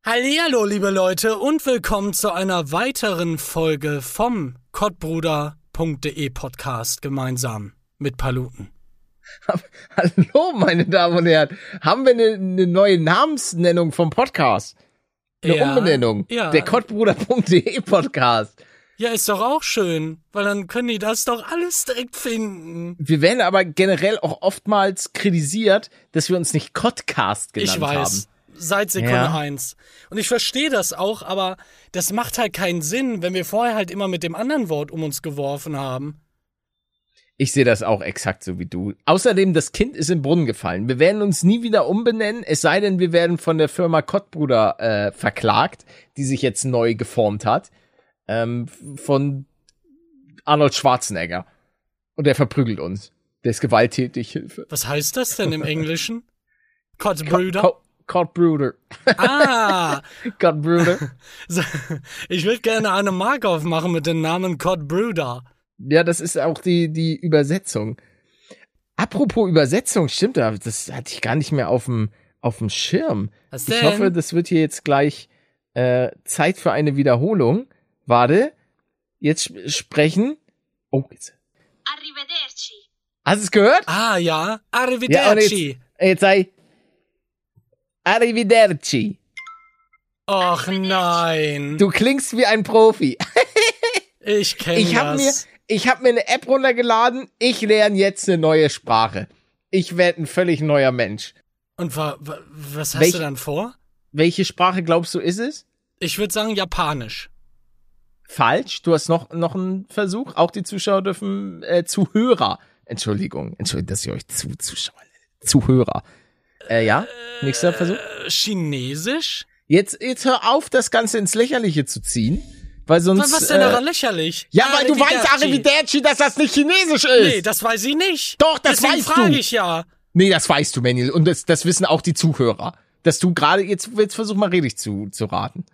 Hallihallo, liebe Leute, und willkommen zu einer weiteren Folge vom kottbruder.de Podcast gemeinsam mit Paluten. Hallo, meine Damen und Herren. Haben wir eine neue Namensnennung vom Podcast? Eine Umbenennung. Ja. Der kottbruder.de Podcast. Ja, ist doch auch schön, weil dann können die das doch alles direkt finden. Wir werden aber generell auch oftmals kritisiert, dass wir uns nicht Kottcast genannt haben. Ich weiß. Seit Sekunde 1. Und ich verstehe das auch, aber das macht halt keinen Sinn, wenn wir vorher halt immer mit dem anderen Wort um uns geworfen haben. Ich sehe das auch exakt so wie du. Außerdem, das Kind ist im Brunnen gefallen. Wir werden uns nie wieder umbenennen, es sei denn, wir werden von der Firma Kottbruder verklagt, die sich jetzt neu geformt hat, von Arnold Schwarzenegger. Und der verprügelt uns. Der ist gewalttätig. Hilfe. Was heißt das denn im Englischen? Kottbruder? Kottbruder. Ah! Kottbruder. Ich würde gerne eine Marke aufmachen mit dem Namen Kottbruder. Ja, das ist auch die Übersetzung. Apropos Übersetzung, stimmt, das hatte ich gar nicht mehr auf dem Schirm. Was denn? Ich hoffe, das wird hier jetzt gleich Zeit für eine Wiederholung. Warte, jetzt sprechen. Oh, jetzt. Arrivederci. Hast du es gehört? Ah, ja. Arrivederci. Ja, jetzt sei Arrivederci. Och nein. Du klingst wie ein Profi. Ich kenne das. Ich hab mir eine App runtergeladen. Ich lerne jetzt eine neue Sprache. Ich werde ein völlig neuer Mensch. Und was hast du dann vor? Welche Sprache glaubst du ist es? Ich würde sagen Japanisch. Falsch. Du hast noch einen Versuch. Auch die Zuschauer dürfen, Zuhörer. Entschuldigung, dass ich euch Zuschauer nenne. Zuhörer. Ja, nächster Versuch. Chinesisch? Jetzt hör auf, das Ganze ins Lächerliche zu ziehen, weil sonst... Was denn daran lächerlich? Ja, weil du weißt, Arrivederci, dass das nicht Chinesisch ist. Nee, das weiß ich nicht. Doch, das Deswegen weißt du. frage ich ja. Nee, das weißt du, Manuel. Und das wissen auch die Zuhörer. Dass du gerade, jetzt versuch mal richtig zu raten.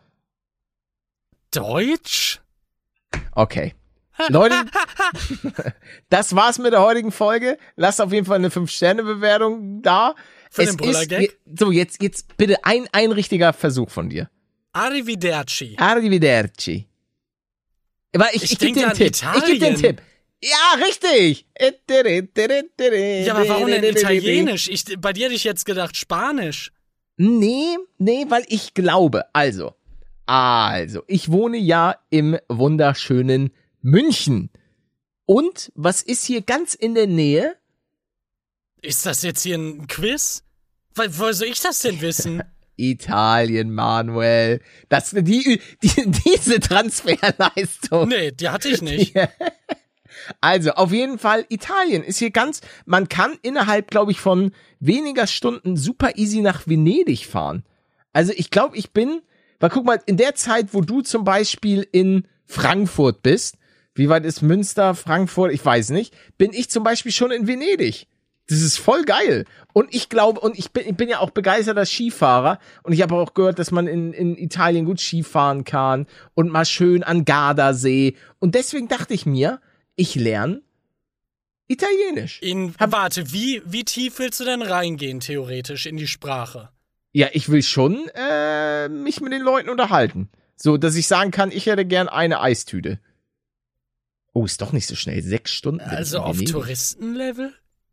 Deutsch? Okay. Leute, das war's mit der heutigen Folge. Lasst auf jeden Fall eine 5-Sterne-Bewertung da. Für den Brüller-Gag? So, jetzt bitte ein richtiger Versuch von dir. Arrivederci. Arrivederci. Aber ich gebe dir einen Tipp. Italien. Ich gebe dir einen Tipp. Ja, richtig. Ja, aber warum denn Italienisch? Bei dir hätte ich jetzt gedacht Spanisch. Nee, weil ich glaube, also, ich wohne ja im wunderschönen München. Und was ist hier ganz in der Nähe? Ist das jetzt hier ein Quiz? Woher soll ich das denn wissen? Italien, Manuel. Diese Transferleistung. Nee, die hatte ich nicht. Also, auf jeden Fall, Italien ist hier man kann innerhalb, glaube ich, von weniger Stunden super easy nach Venedig fahren. Also, ich glaube, weil guck mal, in der Zeit, wo du zum Beispiel in Frankfurt bist, wie weit ist Münster, Frankfurt, ich weiß nicht, bin ich zum Beispiel schon in Venedig. Das ist voll geil. Und ich glaube, ich bin ja auch begeisterter Skifahrer. Und ich habe auch gehört, dass man in Italien gut Skifahren kann. Und mal schön an Gardasee. Und deswegen dachte ich mir, ich lerne Italienisch. Warte, wie tief willst du denn reingehen, theoretisch, in die Sprache? Ja, ich will schon mich mit den Leuten unterhalten. So, dass ich sagen kann, ich hätte gern eine Eistüte. Oh, ist doch nicht so schnell. 6 Stunden. Also auf Touristenlevel?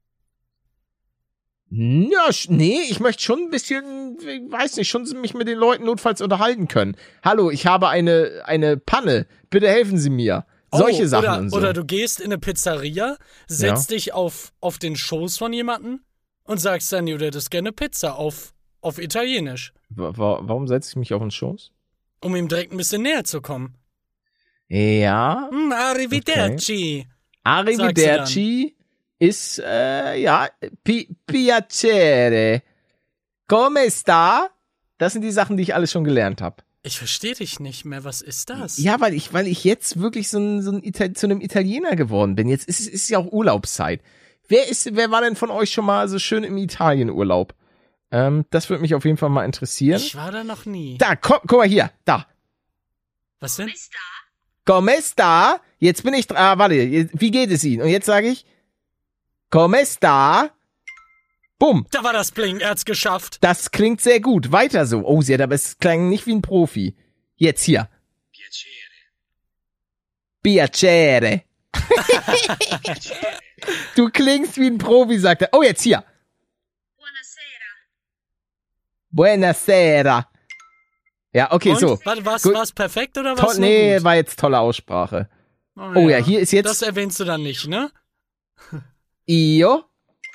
Ja, nee, ich möchte schon ein bisschen, weiß nicht, schon mich mit den Leuten notfalls unterhalten können. Hallo, ich habe eine Panne. Bitte helfen Sie mir. Solche Sachen und so. Oder du gehst in eine Pizzeria, setzt dich auf den Schoß von jemandem und sagst dann, du hättest gerne Pizza auf Italienisch. Warum setze ich mich auf den Schoß? Um ihm direkt ein bisschen näher zu kommen. Ja. Arrivederci. Okay. Arrivederci ist, piacere. Come sta? Das sind die Sachen, die ich alles schon gelernt habe. Ich verstehe dich nicht mehr. Was ist das? Ja, weil ich jetzt wirklich zu einem Italiener geworden bin. Jetzt ist ja auch Urlaubszeit. Wer war denn von euch schon mal so schön im Italienurlaub? Das würde mich auf jeden Fall mal interessieren. Ich war da noch nie. Da, guck mal hier, da. Was denn? Come sta? Jetzt bin ich warte, wie geht es Ihnen? Und jetzt sage ich, come sta? Bumm. Da war das Bling, er hat's geschafft. Das klingt sehr gut. Weiter so. Oh, sie hat aber es klang nicht wie ein Profi. Jetzt hier. Piacere. Du klingst wie ein Profi, sagt er. Oh, jetzt hier. Buonasera. Ja, okay, Und? so. War's perfekt oder was? Nee, war jetzt tolle Aussprache. Oh ja, hier ist jetzt... Das erwähnst du dann nicht, ne? Io.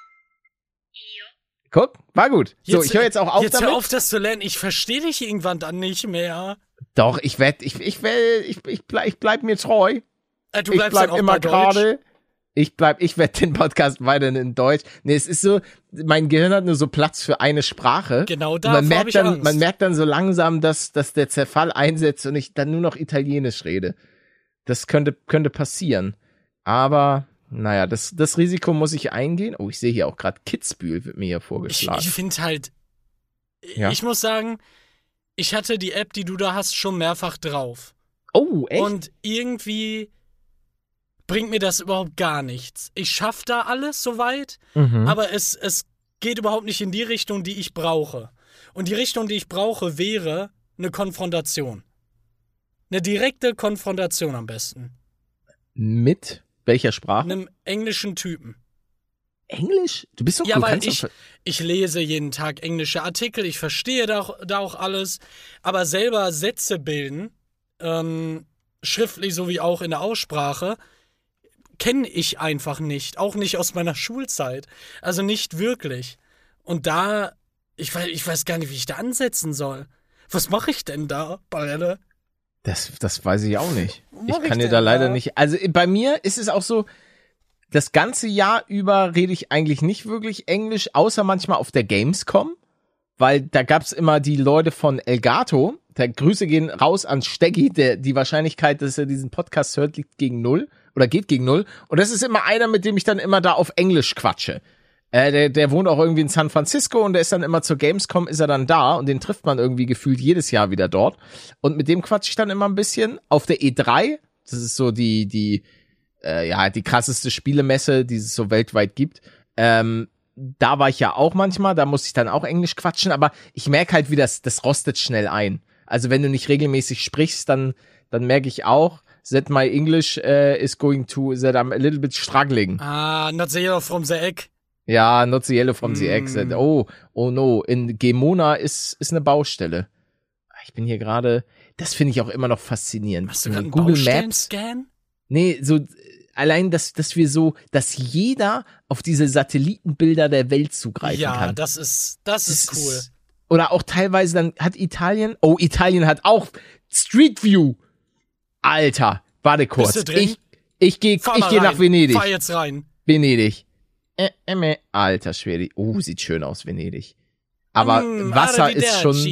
Guck, war gut. So, ich höre jetzt auch auf jetzt damit. Hör auf, das zu lernen. Ich verstehe dich irgendwann dann nicht mehr. Doch, ich bleib mir treu. Du bleibst dann auch immer bei Deutsch. gerade. Ich werde den Podcast weiterhin in Deutsch. Nee, es ist so, mein Gehirn hat nur so Platz für eine Sprache. Genau, da habe ich Angst. Man merkt dann so langsam, dass der Zerfall einsetzt und ich dann nur noch Italienisch rede. Das könnte passieren. Aber, naja, das Risiko muss ich eingehen. Oh, ich sehe hier auch gerade Kitzbühel wird mir hier vorgeschlagen. Ich finde halt, Ja. ich muss sagen, ich hatte die App, die du da hast, schon mehrfach drauf. Oh, echt? Und irgendwie bringt mir das überhaupt gar nichts. Ich schaffe da alles soweit, aber es geht überhaupt nicht in die Richtung, die ich brauche. Und die Richtung, die ich brauche, wäre eine Konfrontation. Eine direkte Konfrontation am besten. Mit welcher Sprache? Einem englischen Typen. Englisch? Du bist doch Ja, du weil kannst doch- ich lese jeden Tag englische Artikel, ich verstehe da auch alles, aber selber Sätze bilden, schriftlich sowie auch in der Aussprache, kenne ich einfach nicht. Auch nicht aus meiner Schulzeit. Also nicht wirklich. Und da, ich weiß gar nicht, wie ich da ansetzen soll. Was mache ich denn da, Barelle? Das weiß ich auch nicht. Was mach Ich kann ich dir denn da leider da? nicht. Also bei mir ist es auch so, das ganze Jahr über rede ich eigentlich nicht wirklich Englisch, außer manchmal auf der Gamescom, weil da gab's immer die Leute von Elgato. Der Grüße gehen raus an Steggy, die Wahrscheinlichkeit, dass er diesen Podcast hört, liegt gegen 0 oder geht gegen 0. Und das ist immer einer, mit dem ich dann immer da auf Englisch quatsche. Der wohnt auch irgendwie in San Francisco und der ist dann immer zur Gamescom, ist er dann da und den trifft man irgendwie gefühlt jedes Jahr wieder dort. Und mit dem quatsche ich dann immer ein bisschen. Auf der E3, das ist so die krasseste Spielemesse, die es so weltweit gibt. Da war ich ja auch manchmal, da musste ich dann auch Englisch quatschen, aber ich merke halt, wie das rostet schnell ein. Also wenn du nicht regelmäßig sprichst, dann merke ich auch, that my English is going to, that I'm a little bit struggling. Not the yellow from the egg. Ja, not the yellow from the exit. Oh no, in Gemona ist eine Baustelle. Ich bin hier gerade, das finde ich auch immer noch faszinierend. Hast du gerade einen Google Maps. Baustellen-Scan? Nee, so allein, dass jeder auf diese Satellitenbilder der Welt zugreifen kann. Ja, das ist cool. Oder auch teilweise dann hat Italien hat auch Street View. Alter, warte kurz. Bist du drin? Ich gehe nach Venedig. Fahr jetzt rein. Venedig. Alter Schwede. Sieht schön aus, Venedig. Aber Wasser ist schon...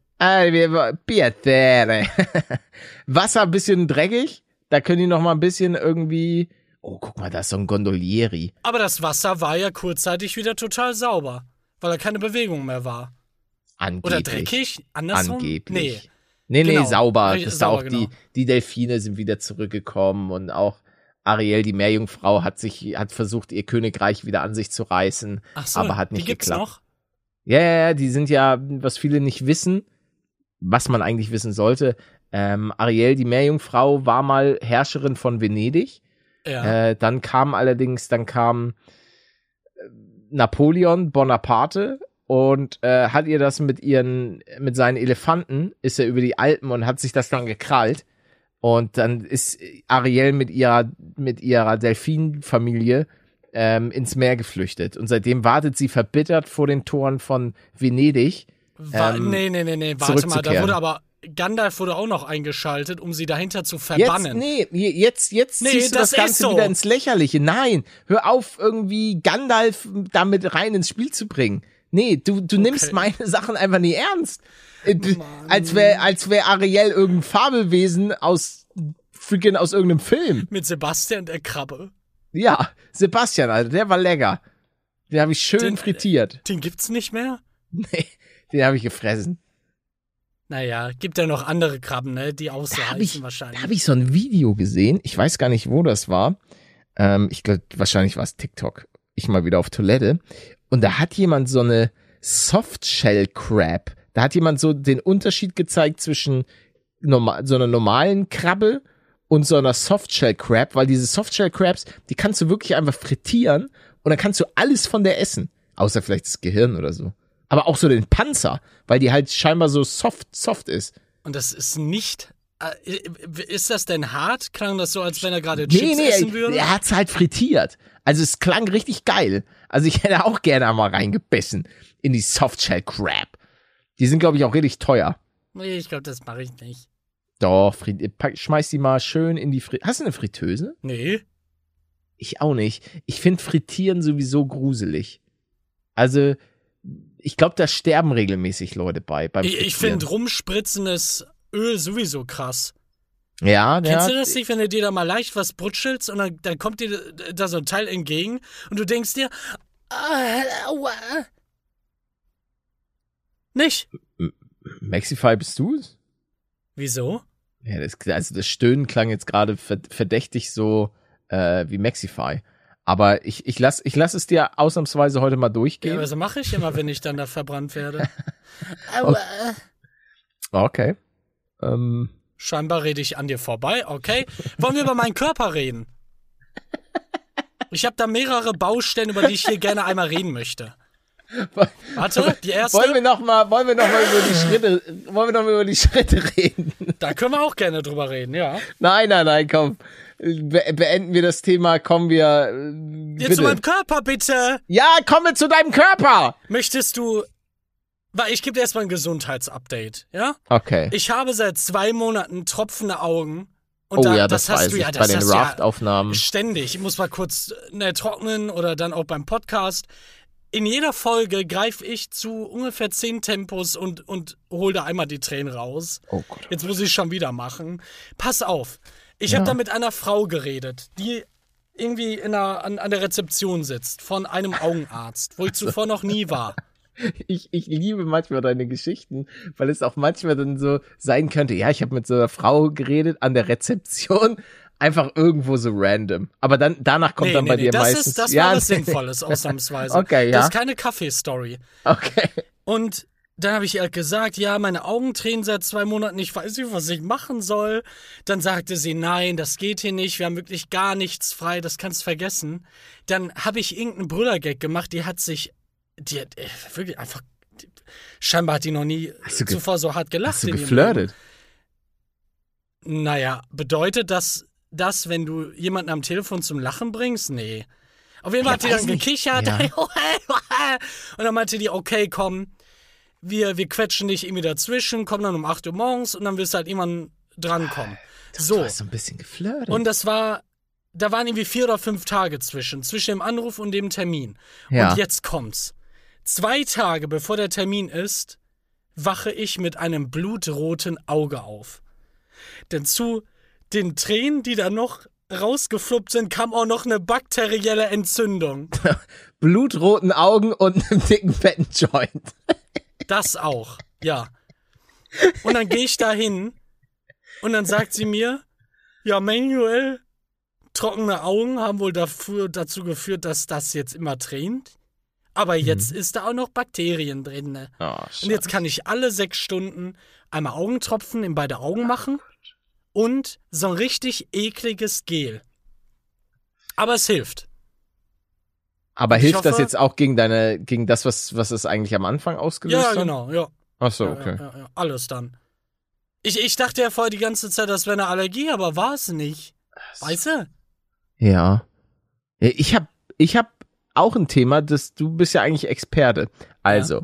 Piacere. Wasser ein bisschen dreckig. Da können die noch mal ein bisschen irgendwie... Oh, guck mal, da ist so ein Gondolieri. Aber das Wasser war ja kurzzeitig wieder total sauber, weil da keine Bewegung mehr war. Angeblich. Oder dreckig? Andersrum? Angeblich. Nee. Nee, Genau. sauber. Das ist Sauber, auch genau. die Delfine sind wieder zurückgekommen und auch Ariel, die Meerjungfrau, hat versucht, ihr Königreich wieder an sich zu reißen, Ach so, aber hat nicht die gibt's geklappt. noch? Ja, die sind ja, was viele nicht wissen, was man eigentlich wissen sollte. Ariel, die Meerjungfrau, war mal Herrscherin von Venedig. Ja. Dann kam Napoleon Bonaparte und hat ihr das mit seinen Elefanten, ist er über die Alpen und hat sich das dann gekrallt. Und dann ist Ariel mit ihrer Delfinfamilie ins Meer geflüchtet. Und seitdem wartet sie verbittert vor den Toren von Venedig. Nee. Warte mal, da zurückzukehren. wurde aber Gandalf wurde auch noch eingeschaltet, um sie dahinter zu verbannen. Jetzt ziehst du das das Ganze ist so. wieder ins Lächerliche. Nein, hör auf, irgendwie Gandalf damit rein ins Spiel zu bringen. Nee, du nimmst meine Sachen einfach nie ernst. Als wär Ariel irgendein Fabelwesen aus irgendeinem Film. Mit Sebastian der Krabbe. Ja, Sebastian, Alter, der war lecker. Den habe ich schön frittiert. Den gibt's nicht mehr? Nee, den habe ich gefressen. Naja, gibt ja noch andere Krabben, ne, die ausreichen wahrscheinlich. Da habe ich so ein Video gesehen. Ich weiß gar nicht, wo das war. Ich glaube, wahrscheinlich war es TikTok. Ich mal wieder auf Toilette. Und da hat jemand so eine Softshell Crab. Da hat jemand so den Unterschied gezeigt zwischen so einer normalen Krabbe und so einer Softshell Crab, weil diese Softshell Crabs, die kannst du wirklich einfach frittieren und dann kannst du alles von der essen. Außer vielleicht das Gehirn oder so. Aber auch so den Panzer, weil die halt scheinbar so soft ist. Und das ist nicht... Ist das denn hart? Klang das so, als wenn er gerade Chips essen würde? Er hat's halt frittiert. Also es klang richtig geil. Also ich hätte auch gerne einmal reingebissen in die Softshell Crab. Die sind, glaube ich, auch richtig teuer. Nee, ich glaube, das mache ich nicht. Doch, schmeiß die mal schön in die Hast du eine Fritteuse? Nee. Ich auch nicht. Ich finde Frittieren sowieso gruselig. Also, ich glaube, da sterben regelmäßig Leute beim Frittieren. Ich finde rumspritzendes Öl sowieso krass. Ja, Kennst du das nicht, wenn du dir da mal leicht was brutschelst und dann kommt dir da so ein Teil entgegen und du denkst dir, aua. Nicht? Maxify, bist du's? Wieso? Ja, das Stöhnen klang jetzt gerade verdächtig so wie Maxify. Aber ich lass es dir ausnahmsweise heute mal durchgehen. Ja, aber so mache ich immer, wenn ich dann da verbrannt werde. Aua. Okay. Scheinbar rede ich an dir vorbei, okay. Wollen wir über meinen Körper reden? Ich habe da mehrere Baustellen, über die ich hier gerne einmal reden möchte. Warte, die erste. Wollen wir noch mal über die Schritte reden? Da können wir auch gerne drüber reden, ja. Nein, komm. Beenden wir das Thema, kommen wir. Jetzt zu meinem Körper, bitte. Ja, kommen wir zu deinem Körper. Möchtest du. Weil ich gebe dir erstmal ein Gesundheitsupdate, ja? Okay. Ich habe seit 2 Monaten tropfende Augen. Und das hast du ja, bei den Raft-Aufnahmen. Ständig. Ich muss mal kurz trocknen oder dann auch beim Podcast. In jeder Folge greife ich zu ungefähr 10 Tempos und hole da einmal die Tränen raus. Oh Gott. Jetzt muss ich schon wieder machen. Pass auf. Ich habe da mit einer Frau geredet, die irgendwie an der Rezeption sitzt von einem Augenarzt, wo ich zuvor noch nie war. Ich liebe manchmal deine Geschichten, weil es auch manchmal dann so sein könnte, ja, ich habe mit so einer Frau geredet an der Rezeption, einfach irgendwo so random. Aber danach kommt bei dir meistens... Das war was Sinnvolles, ausnahmsweise. Okay, ja. Das ist keine Kaffee-Story. Okay. Und dann habe ich ihr gesagt, ja, meine Augen tränen seit 2 Monaten, ich weiß nicht, was ich machen soll. Dann sagte sie, nein, das geht hier nicht, wir haben wirklich gar nichts frei, das kannst du vergessen. Dann habe ich irgendeinen Brüllergag gemacht, die hat wirklich einfach, scheinbar hat die noch nie zuvor so hart gelacht. Hast du geflirtet? Naja, bedeutet das, wenn du jemanden am Telefon zum Lachen bringst? Nee. Auf jeden Fall hat die dann gekichert. Ja. Und dann meinte die, okay, komm, wir quetschen dich irgendwie dazwischen, komm dann um 8 Uhr morgens und dann wirst du halt irgendwann drankommen. Du hast so ein bisschen geflirtet. Und da waren irgendwie 4 oder 5 Tage zwischen dem Anruf und dem Termin. Ja. Und jetzt kommt's. 2 Tage bevor der Termin ist, wache ich mit einem blutroten Auge auf. Denn zu den Tränen, die da noch rausgefluppt sind, kam auch noch eine bakterielle Entzündung. Blutroten Augen und einen dicken, fetten Joint. Das auch, ja. Und dann gehe ich da hin und dann sagt sie mir, ja, Manuel, trockene Augen haben wohl dazu geführt, dass das jetzt immer tränt. Aber jetzt ist da auch noch Bakterien drin. Ne? Oh, und jetzt kann ich alle 6 Stunden einmal Augentropfen in beide Augen machen und so ein richtig ekliges Gel. Aber es hilft. Aber hilft das jetzt auch gegen das, was es eigentlich am Anfang ausgelöst hat? Ja, genau, ja. Ach so, okay. Ja, alles dann. Ich dachte ja vorher die ganze Zeit, das wäre eine Allergie, aber war es nicht. Weißt du? Ja. Ich hab auch ein Thema, du bist ja eigentlich Experte. Also,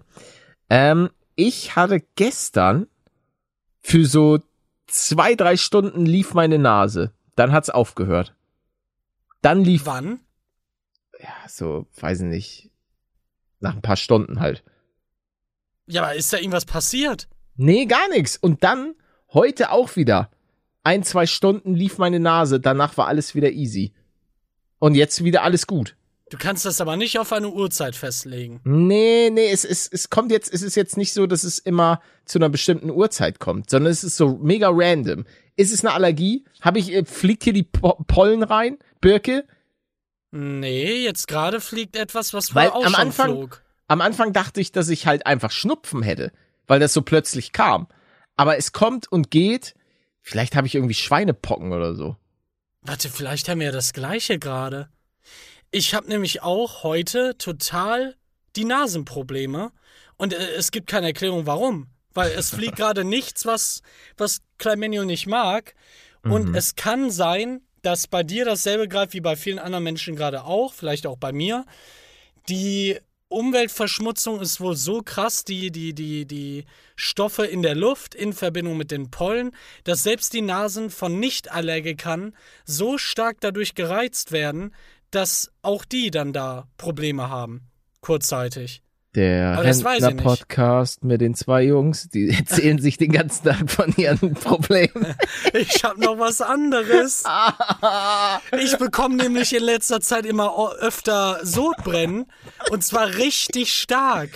ich hatte gestern für so 2-3 Stunden lief meine Nase. Dann hat's aufgehört. Dann lief... Wann? Ja, so, weiß ich nicht. Nach ein paar Stunden halt. Ja, aber ist da irgendwas passiert? Nee, gar nichts. Und dann, heute auch wieder. 1-2 Stunden lief meine Nase, danach war alles wieder easy. Und jetzt wieder alles gut. Du kannst das aber nicht auf eine Uhrzeit festlegen. Nee, es ist jetzt nicht so, dass es immer zu einer bestimmten Uhrzeit kommt, sondern es ist so mega random. Ist es eine Allergie? Fliegt hier die Pollen rein? Birke? Nee, jetzt gerade fliegt etwas, was Weil vorher auch schon flog. Am Anfang dachte ich, dass ich halt einfach Schnupfen hätte, weil das so plötzlich kam. Aber es kommt und geht. Vielleicht habe ich irgendwie Schweinepocken oder so. Warte, vielleicht haben wir ja das Gleiche gerade. Ich habe nämlich auch heute total die Nasenprobleme. Und es gibt keine Erklärung, warum. Weil es fliegt gerade nichts, was Climenio nicht mag. Und es kann sein, dass bei dir dasselbe greift wie bei vielen anderen Menschen gerade auch, vielleicht auch bei mir. Die Umweltverschmutzung ist wohl so krass, die Stoffe in der Luft in Verbindung mit den Pollen, dass selbst die Nasen von Nicht-Allergikern so stark dadurch gereizt werden, dass auch die dann da Probleme haben, kurzzeitig. Der Rentner-Podcast mit den zwei Jungs, die erzählen sich den ganzen Tag von ihren Problemen. Ich hab noch was anderes. Ich bekomme nämlich in letzter Zeit immer öfter Sodbrennen. Und zwar richtig stark.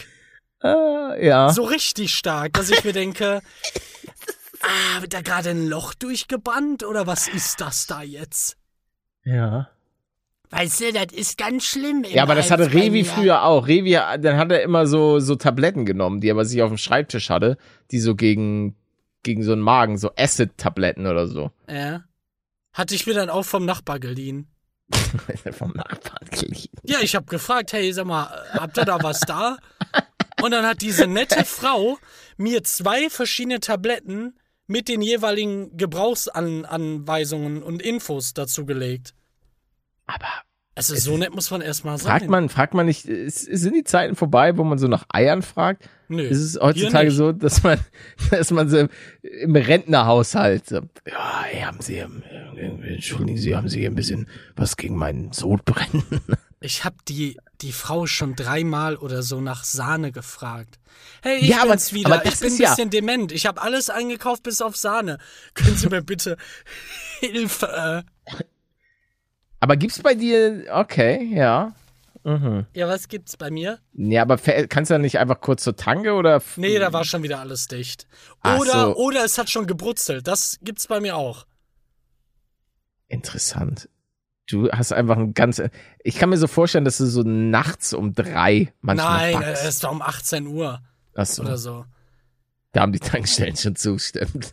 Ja. So richtig stark, dass ich mir denke, wird da gerade ein Loch durchgebrannt? Oder was ist das da jetzt? Ja. Weißt du, das ist ganz schlimm. Ja, aber das hatte Revi früher auch. Revi, dann hat er immer so Tabletten genommen, die er bei sich auf dem Schreibtisch hatte, die so gegen so einen Magen, so Acid-Tabletten oder so. Ja. Hatte ich mir dann auch vom Nachbar geliehen. Vom Nachbarn geliehen? Ja, ich habe gefragt, hey, sag mal, habt ihr da was da? Und dann hat diese nette Frau mir 2 verschiedene Tabletten mit den jeweiligen Gebrauchsanweisungen und Infos dazu gelegt. Aber also so nett muss man erstmal sein. Fragt man nicht, sind die Zeiten vorbei, wo man so nach Eiern fragt? Nö. Ist es heutzutage so, dass man so im Rentnerhaushalt so, ja, hey, entschuldigen Sie, haben Sie hier ein bisschen was gegen meinen Sodbrennen? Ich habe die Frau schon 3-mal oder so nach Sahne gefragt. Hey, ich bin's wieder. Aber ich bin ein bisschen dement. Ich habe alles eingekauft bis auf Sahne. Können Sie mir bitte Hilfe? Aber gibt's bei dir, okay, ja. Mhm. Ja, was gibt's bei mir? Ja, aber kannst du dann nicht einfach kurz zur Tanke oder? Nee, da war schon wieder alles dicht. Oder es hat schon gebrutzelt. Das gibt's bei mir auch. Interessant. Du hast einfach ich kann mir so vorstellen, dass du so nachts um 3 manchmal Nein, es ist doch um 18 Uhr. Ach so. Oder so. Da haben die Tankstellen schon zugestimmt.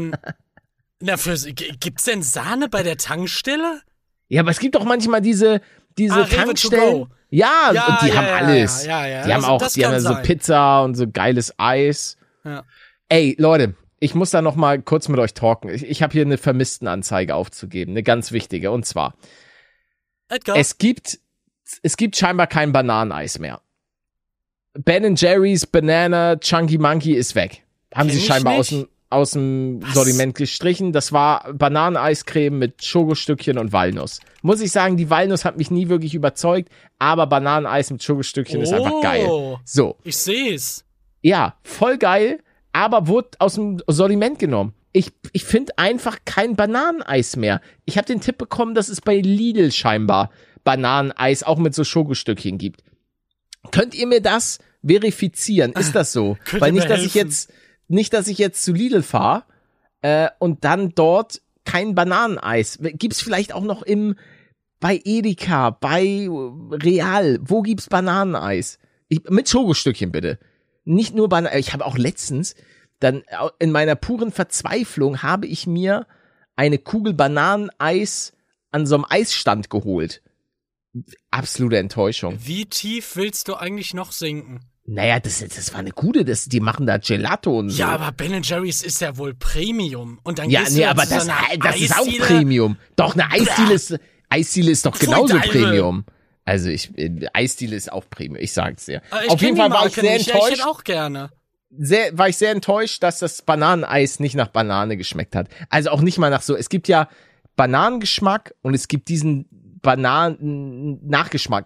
Gibt's denn Sahne bei der Tankstelle? Ja, aber es gibt doch manchmal diese Tankstellen. Ja, und die haben alles. Ja. Die haben haben so Pizza und so geiles Eis. Ja. Ey, Leute, ich muss da noch mal kurz mit euch talken. Ich habe hier eine Vermisstenanzeige aufzugeben, eine ganz wichtige. Und zwar, Edgar? es gibt scheinbar kein Bananeneis mehr. Ben Jerry's Banana Chunky Monkey ist weg. Haben sie scheinbar aus dem Sortiment gestrichen. Das war Bananeneiscreme mit Schokostückchen und Walnuss. Muss ich sagen, die Walnuss hat mich nie wirklich überzeugt, aber Bananeneis mit Schokostückchen ist einfach geil. So. Ich seh's. Ja, voll geil, aber wurde aus dem Sortiment genommen. Ich finde einfach kein Bananeneis mehr. Ich habe den Tipp bekommen, dass es bei Lidl scheinbar Bananeneis auch mit so Schokostückchen gibt. Könnt ihr mir das verifizieren? Ist das so? Weil nicht, dass ich jetzt zu Lidl fahre und dann dort kein Bananeneis. Gibt's vielleicht auch noch bei Edeka, bei Real, wo gibt's Bananeneis? Mit Schokostückchen bitte. Nicht nur Bananeneis. Ich habe auch letztens, dann in meiner puren Verzweiflung, habe ich mir eine Kugel Bananeneis an so einem Eisstand geholt. Absolute Enttäuschung. Wie tief willst du eigentlich noch sinken? Naja, das war eine gute, die machen da Gelato und so. Ja, aber Ben Jerry's ist ja wohl Premium. Und dann ja, nee, aber das ist auch Premium. Doch, eine Eisdiele ist doch genauso Premium. Also Eisdiele ist auch Premium, ich sag's dir. Auf jeden Fall war ich sehr enttäuscht. Ich auch gerne. War ich sehr enttäuscht, dass das Bananeneis nicht nach Banane geschmeckt hat. Also auch nicht mal nach so, es gibt ja Bananengeschmack und es gibt diesen Bananen-Nachgeschmack.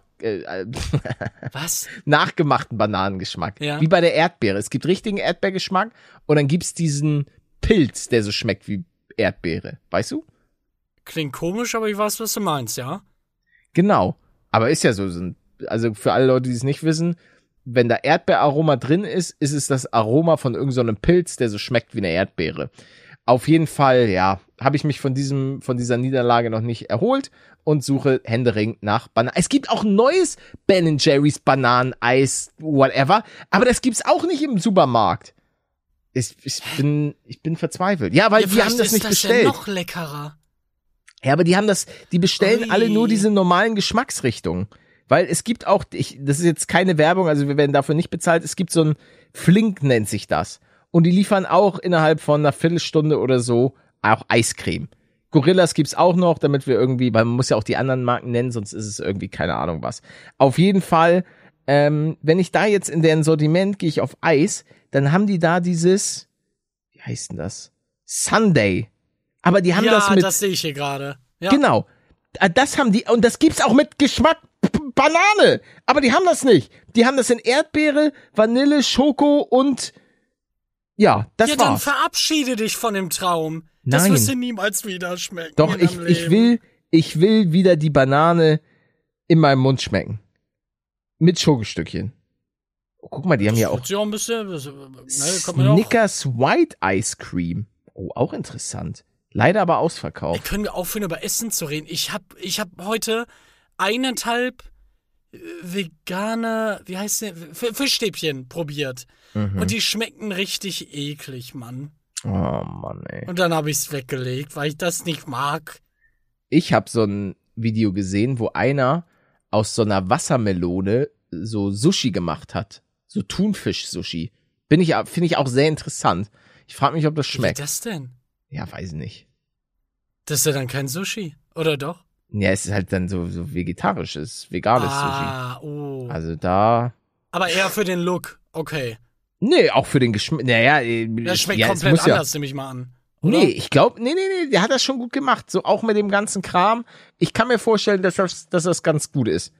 Was? Nachgemachten Bananengeschmack. Ja. Wie bei der Erdbeere. Es gibt richtigen Erdbeergeschmack und dann gibt's diesen Pilz, der so schmeckt wie Erdbeere. Weißt du? Klingt komisch, aber ich weiß, was du meinst, ja? Genau. Aber ist ja so. Also für alle Leute, die es nicht wissen, wenn da Erdbeeraroma drin ist, ist es das Aroma von irgendeinem Pilz, der so schmeckt wie eine Erdbeere. Auf jeden Fall, ja, habe ich mich von dieser Niederlage noch nicht erholt und suche händeringend nach Bananen. Es gibt auch ein neues Ben Jerry's Bananeneis, whatever, aber das gibt's auch nicht im Supermarkt. Ich bin verzweifelt. Ja, weil die haben das nicht bestellt. Ja noch leckerer. Ja, aber die bestellen alle nur diese normalen Geschmacksrichtungen. Weil es gibt auch, das ist jetzt keine Werbung, also wir werden dafür nicht bezahlt, es gibt so ein Flink nennt sich das. Und die liefern auch innerhalb von einer Viertelstunde oder so auch Eiscreme. Gorillas gibt's auch noch, damit wir irgendwie, weil man muss ja auch die anderen Marken nennen, sonst ist es irgendwie keine Ahnung was. Auf jeden Fall, wenn ich da jetzt in deren Sortiment gehe ich auf Eis, dann haben die da dieses, wie heißt denn das? Sunday. Aber die haben das mit... Ja, das sehe ich hier gerade. Ja. Genau. Das haben die, und das gibt's auch mit Geschmack Banane. Aber die haben das nicht. Die haben das in Erdbeere, Vanille, Schoko und ja, das war's. Ja, dann verabschiede dich von dem Traum. Nein. Das wirst du niemals wieder schmecken. Doch, ich will wieder die Banane in meinem Mund schmecken. Mit Schokostückchen. Oh, guck mal, die haben ja auch ein bisschen, Snickers White Ice Cream. Oh, auch interessant. Leider aber ausverkauft. Können wir aufhören, über Essen zu reden? Ich hab heute 1,5 vegane, wie heißt der, Fischstäbchen probiert. Mhm. Und die schmecken richtig eklig, Mann. Oh, Mann, ey. Und dann habe ich es weggelegt, weil ich das nicht mag. Ich habe so ein Video gesehen, wo einer aus so einer Wassermelone so Sushi gemacht hat. So Thunfisch-Sushi. Finde ich auch sehr interessant. Ich frage mich, ob das schmeckt. Wie geht das denn? Ja, weiß nicht. Das ist ja dann kein Sushi, oder doch? Ja, es ist halt dann so vegetarisches, veganes Sushi. Oh. Also da... Aber eher für den Look, okay. Nee, auch für den Geschmack. Naja, das schmeckt komplett anders, nehme ich mal an. Oder? Nee, ich glaube, nee, der hat das schon gut gemacht. So auch mit dem ganzen Kram. Ich kann mir vorstellen, dass das ganz gut ist.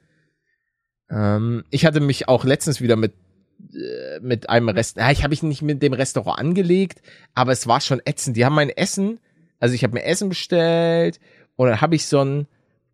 Ich hatte mich auch letztens wieder mit einem ich habe mich nicht mit dem Restaurant angelegt, aber es war schon ätzend. Die haben mein Essen, also ich habe mir Essen bestellt und dann habe ich so ein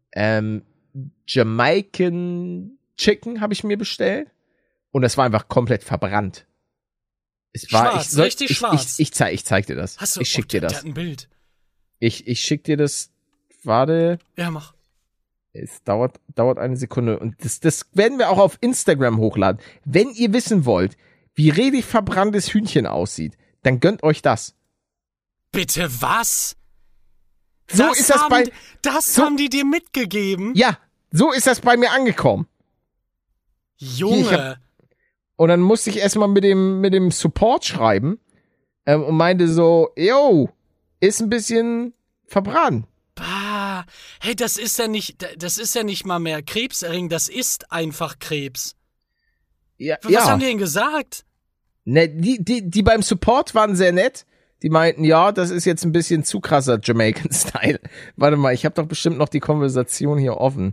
Jamaican Chicken habe ich mir bestellt und das war einfach komplett verbrannt. Es war schwarz, richtig schwarz. Ich zeig dir das. Hast du, ich schick dir das. Der hat ein Bild. Ich schick dir das. Warte. Ja, mach. Es dauert eine Sekunde und das werden wir auch auf Instagram hochladen. Wenn ihr wissen wollt, wie richtig verbranntes Hühnchen aussieht, dann gönnt euch das. Bitte was? So ist das bei... Das haben die dir mitgegeben? Ja, so ist das bei mir angekommen. Junge. Und dann musste ich erstmal mit dem Support schreiben und meinte so, yo, ist ein bisschen verbrannt. Bah, hey, das ist ja nicht mal mehr krebserregend, das ist einfach Krebs. Ja, Was haben die denn gesagt? Ne, die beim Support waren sehr nett. Die meinten, ja, das ist jetzt ein bisschen zu krasser Jamaican-Style. Warte mal, ich habe doch bestimmt noch die Konversation hier offen.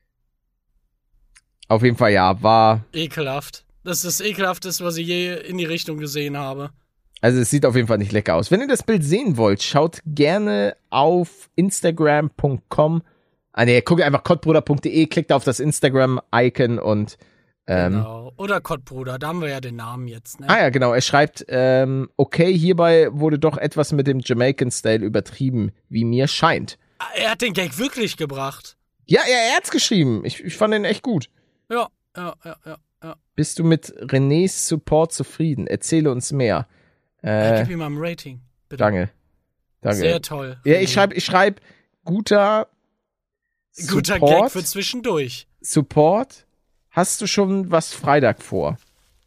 Auf jeden Fall, ja, war... Ekelhaft. Das ist das Ekelhafteste, was ich je in die Richtung gesehen habe. Also es sieht auf jeden Fall nicht lecker aus. Wenn ihr das Bild sehen wollt, schaut gerne auf instagram.com. Guckt einfach kottbruder.de, klickt auf das Instagram-Icon und genau. Oder Kottbruder, da haben wir ja den Namen jetzt, ne? Ah ja, genau. Er schreibt, okay, hierbei wurde doch etwas mit dem Jamaican-Style übertrieben, wie mir scheint. Er hat den Gag wirklich gebracht. Ja, er hat's geschrieben. Ich fand den echt gut. Ja. Bist du mit Renés Support zufrieden? Erzähle uns mehr. Gib ihm mal ein Rating, bitte. Danke. Sehr toll. Ja, ich schreib guter Gag für zwischendurch. Support. Hast du schon was Freitag vor?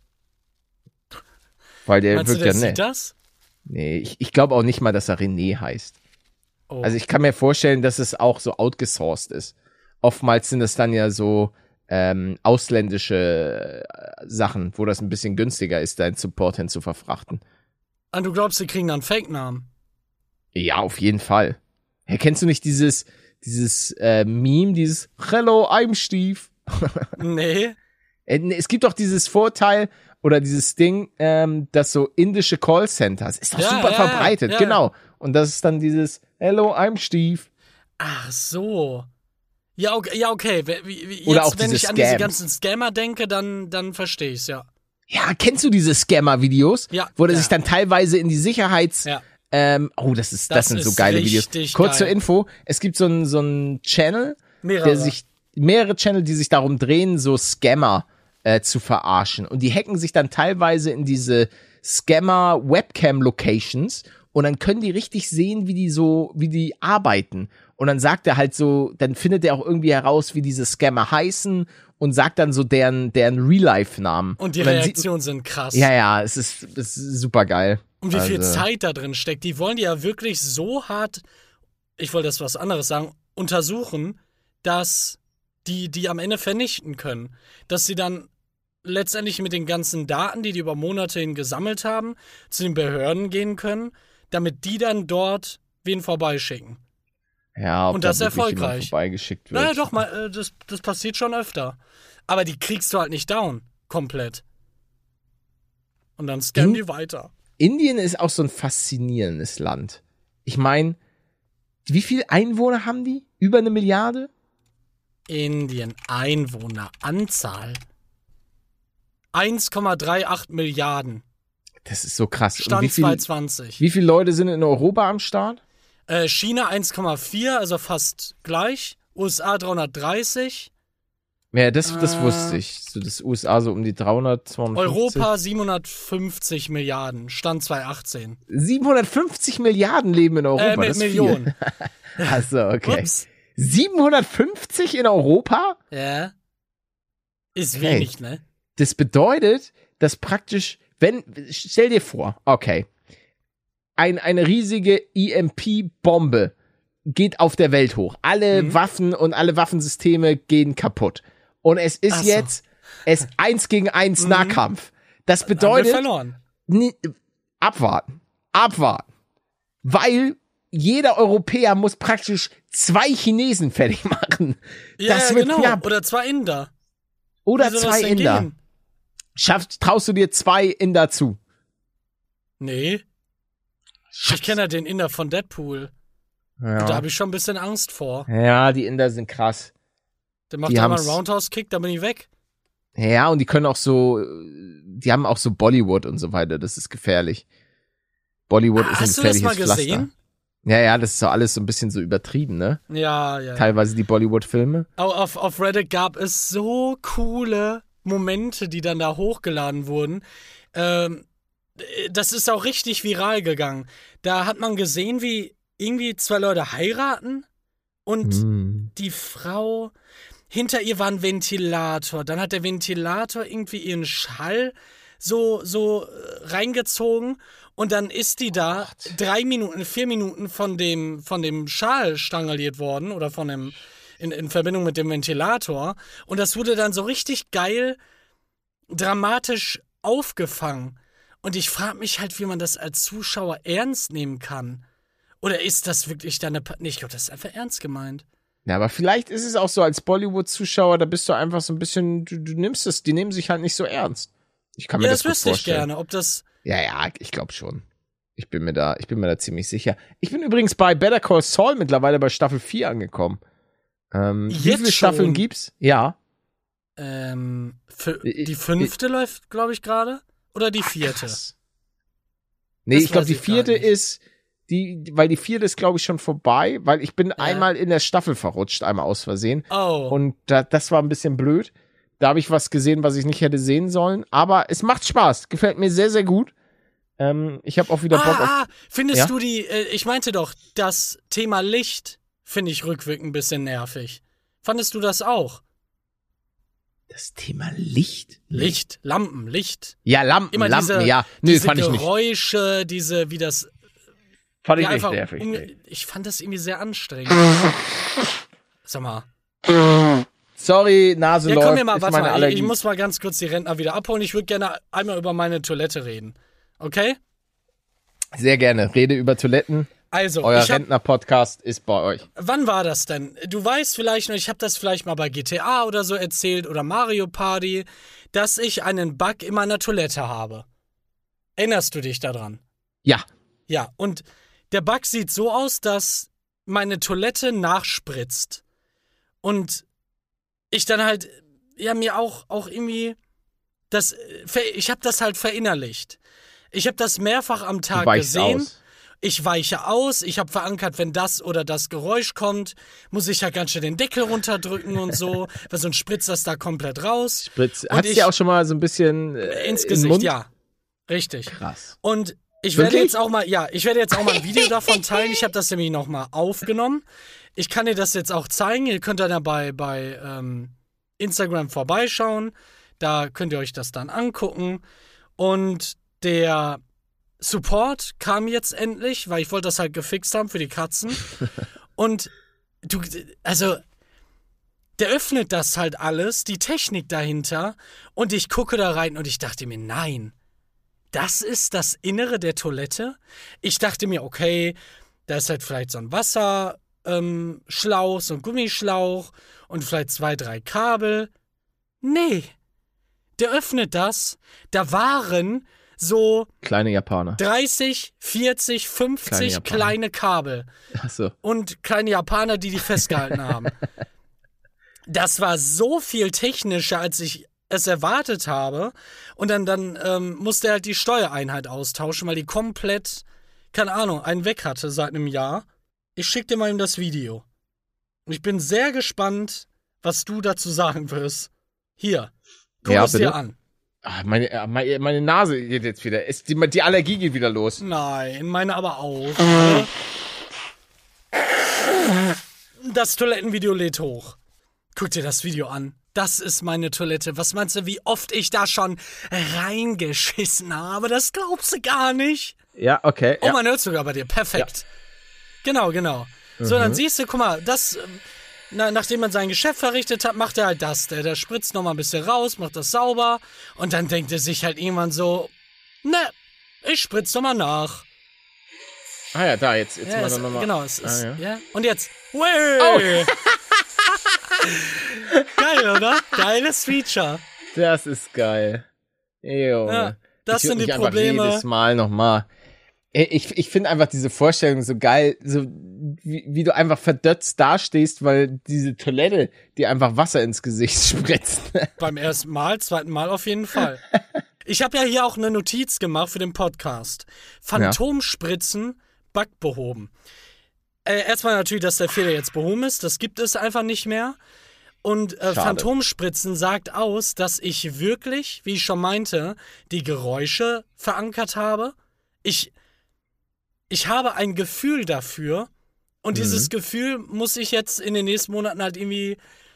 Weil der Meinst wirkt du, der ja nett. Sieht das? Nee, ich glaube auch nicht mal, dass er René heißt. Oh. Also ich kann mir vorstellen, dass es auch so outgesourced ist. Oftmals sind es dann ja so ausländische Sachen, wo das ein bisschen günstiger ist, deinen Support hin zu verfrachten. Und du glaubst, sie kriegen dann Fake-Namen? Ja, auf jeden Fall. Hey, kennst du nicht dieses Meme, dieses Hello, I'm Steve? Nee. Es gibt doch dieses Vorteil oder dieses Ding, dass so indische Callcenters, ist doch super verbreitet, genau. Und das ist dann dieses Hello, I'm Steve. Ach so. Ja, okay. Jetzt, oder auch wenn diese ich an diese ganzen Scammer denke, dann verstehe ich's, ja. Ja, kennst du diese Scammer-Videos? Ja. Wo der sich dann teilweise in die Sicherheitssachen Das sind so geile Videos. Kurz zur Info, es gibt so einen Channel, mehrere Channel, die sich darum drehen, so Scammer zu verarschen. Und die hacken sich dann teilweise in diese Scammer-Webcam-Locations und dann können die richtig sehen, wie die arbeiten. Und dann sagt er halt so, dann findet er auch irgendwie heraus, wie diese Scammer heißen und sagt dann so deren Real-Life-Namen. Und die Reaktionen sind krass. Ja, es ist super geil. Und wie viel Zeit da drin steckt. Die wollen die ja wirklich so hart, ich wollte das was anderes sagen, untersuchen, dass die am Ende vernichten können. Dass sie dann letztendlich mit den ganzen Daten, die über Monate hin gesammelt haben, zu den Behörden gehen können, damit die dann dort wen vorbeischicken. Ja, und das ist erfolgreich. Vorbeigeschickt wird. Naja, doch, mal, das passiert schon öfter. Aber die kriegst du halt nicht down. Komplett. Und dann scammen die weiter. Indien ist auch so ein faszinierendes Land. Ich meine, wie viele Einwohner haben die? Über 1 Milliarde? Indien, Einwohneranzahl 1,38 Milliarden. Das ist so krass. Stand 2020. Wie viele Leute sind in Europa am Start? China 1,4, also fast gleich. USA 330. Ja, das wusste ich. So das USA so um die 300, 250. Europa 750 Milliarden, Stand 2018. 750 Milliarden leben in Europa, das ist Millionen. Achso, okay. Ups. 750 in Europa? Ja. Ist wenig, ne? Das bedeutet, dass praktisch, stell dir vor, okay, eine riesige EMP-Bombe geht auf der Welt hoch. Alle Waffen und alle Waffensysteme gehen kaputt. Und es ist jetzt 1 gegen 1 Nahkampf. Das bedeutet, verloren. Abwarten. Weil jeder Europäer muss praktisch 2 Chinesen fertig machen. Ja, das wird genau. knapp. Oder 2 Inder. Oder 2 Inder. Traust du dir 2 Inder zu? Nee. Ich kenne ja den Inder von Deadpool. Ja. Und da habe ich schon ein bisschen Angst vor. Ja, die Inder sind krass. Der macht da mal einen Roundhouse-Kick, dann bin ich weg. Ja, und die haben auch so Bollywood und so weiter, das ist gefährlich. Bollywood ist ein gefährliches Pflaster. Hast du das mal gesehen? Ja, das ist so alles so ein bisschen so übertrieben, ne? Ja. Teilweise die Bollywood-Filme. Auf Reddit gab es so coole Momente, die dann da hochgeladen wurden. Das ist auch richtig viral gegangen. Da hat man gesehen, wie irgendwie 2 Leute heiraten und die Frau, hinter ihr war ein Ventilator. Dann hat der Ventilator irgendwie ihren Schall so reingezogen und dann ist die da 4 Minuten von dem Schal stranguliert worden oder in Verbindung mit dem Ventilator und das wurde dann so richtig geil dramatisch aufgefangen und ich frage mich halt, wie man das als Zuschauer ernst nehmen kann. Oder ist das wirklich ich glaube, das ist einfach ernst gemeint. Ja, aber vielleicht ist es auch so, als Bollywood-Zuschauer, da bist du einfach so ein bisschen, du nimmst es, die nehmen sich halt nicht so ernst. Ich kann mir das gut vorstellen. Ja, das wüsste ich gerne, ob das... Ja, ich glaube schon. Ich bin mir da ziemlich sicher. Ich bin übrigens bei Better Call Saul mittlerweile bei Staffel 4 angekommen. Wie viele Staffeln gibt's? Ja. Die 5. läuft, glaube ich, gerade. Oder die 4. Krass. Nee, ich glaube, die 4. ist... weil die 4. ist, glaube ich, schon vorbei, weil ich bin einmal in der Staffel verrutscht, einmal aus Versehen. Oh. Und das war ein bisschen blöd. Da habe ich was gesehen, was ich nicht hätte sehen sollen. Aber es macht Spaß. Gefällt mir sehr, sehr gut. Ich habe auch wieder Bock auf... Findest du ich meinte doch, das Thema Licht finde ich rückwirkend ein bisschen nervig. Fandest du das auch? Das Thema Licht? Licht, Lampen, Licht. Ja, Lampen, ja. Nö, diese fand ich nicht. Geräusche, wie das... Fand ich nicht nervig. Ich fand das irgendwie sehr anstrengend. Sag mal. Sorry, Nase läuft. Ja, komm mir mal, warte mal. Ich muss mal ganz kurz die Rentner wieder abholen. Ich würde gerne einmal über meine Toilette reden. Okay? Sehr gerne. Rede über Toiletten. Also, euer Rentner-Podcast ist bei euch. Wann war das denn? Du weißt vielleicht noch, ich habe das vielleicht mal bei GTA oder so erzählt oder Mario Party, dass ich einen Bug in meiner Toilette habe. Erinnerst du dich daran? Ja. Ja, und der Bug sieht so aus, dass meine Toilette nachspritzt. Und ich dann halt, mir auch irgendwie, ich habe das halt verinnerlicht. Ich habe das mehrfach am Tag gesehen. Ich weiche aus, ich habe verankert, wenn das oder das Geräusch kommt, muss ich ja ganz schön den Deckel runterdrücken und so, weil sonst spritzt das da komplett raus. Hat es ja auch schon mal so ein bisschen ins Gesicht, Mund? ja. Richtig. Krass. Und ich Wirklich? werde jetzt auch mal ein Video davon teilen. Ich habe das nämlich nochmal aufgenommen. Ich kann dir das jetzt auch zeigen. Ihr könnt dann bei Instagram vorbeischauen. Da könnt ihr euch das dann angucken. Und der Support kam jetzt endlich, weil ich wollte das halt gefixt haben für die Katzen. Und der öffnet das halt alles, die Technik dahinter. Und ich gucke da rein und ich dachte mir, nein, das ist das Innere der Toilette? Ich dachte mir, okay, da ist halt vielleicht so ein Wasserschlauch, so ein Gummischlauch und vielleicht 2, 3 Kabel. Nee, der öffnet das. Da waren so kleine Japaner. 30, 40, 50 kleine Kabel. Ach so. Und kleine Japaner, die festgehalten haben. Das war so viel technischer, als ich es erwartet habe. Und dann musste er halt die Steuereinheit austauschen, weil die komplett, keine Ahnung, einen weg hatte seit einem Jahr. Ich schick dir mal eben das Video. Und ich bin sehr gespannt, was du dazu sagen wirst. Hier, guck es dir an. Ach, meine Nase geht jetzt wieder. Die Allergie geht wieder los. Nein, meine aber auch. Das Toilettenvideo lädt hoch. Guck dir das Video an. Das ist meine Toilette. Was meinst du, wie oft ich da schon reingeschissen habe? Das glaubst du gar nicht. Ja, okay. Oh, man hört sogar bei dir. Perfekt. Ja. Genau. So, dann siehst du, guck mal, das, nachdem man sein Geschäft verrichtet hat, macht er halt das. Der spritzt nochmal ein bisschen raus, macht das sauber. Und dann denkt er sich halt irgendwann so, ne, ich spritz nochmal nach. Ah ja, da, jetzt ja, mal nochmal. Genau, es ist, ja. Ja. Und jetzt, Geil, oder? Geiles Feature. Das ist geil. Junge. Ja, das sind die einfach Probleme. Jedes Mal nochmal. Ich finde einfach diese Vorstellung so geil, so wie du einfach verdötzt dastehst, weil diese Toilette dir einfach Wasser ins Gesicht spritzt. Beim ersten Mal, zweiten Mal auf jeden Fall. Ich habe ja hier auch eine Notiz gemacht für den Podcast. Phantomspritzen, Bug behoben. Erstmal natürlich, dass der Fehler jetzt behoben ist. Das gibt es einfach nicht mehr. Und Phantomspritzen sagt aus, dass ich wirklich, wie ich schon meinte, die Geräusche verankert habe. Ich habe ein Gefühl dafür. Und dieses Gefühl muss ich jetzt in den nächsten Monaten halt irgendwie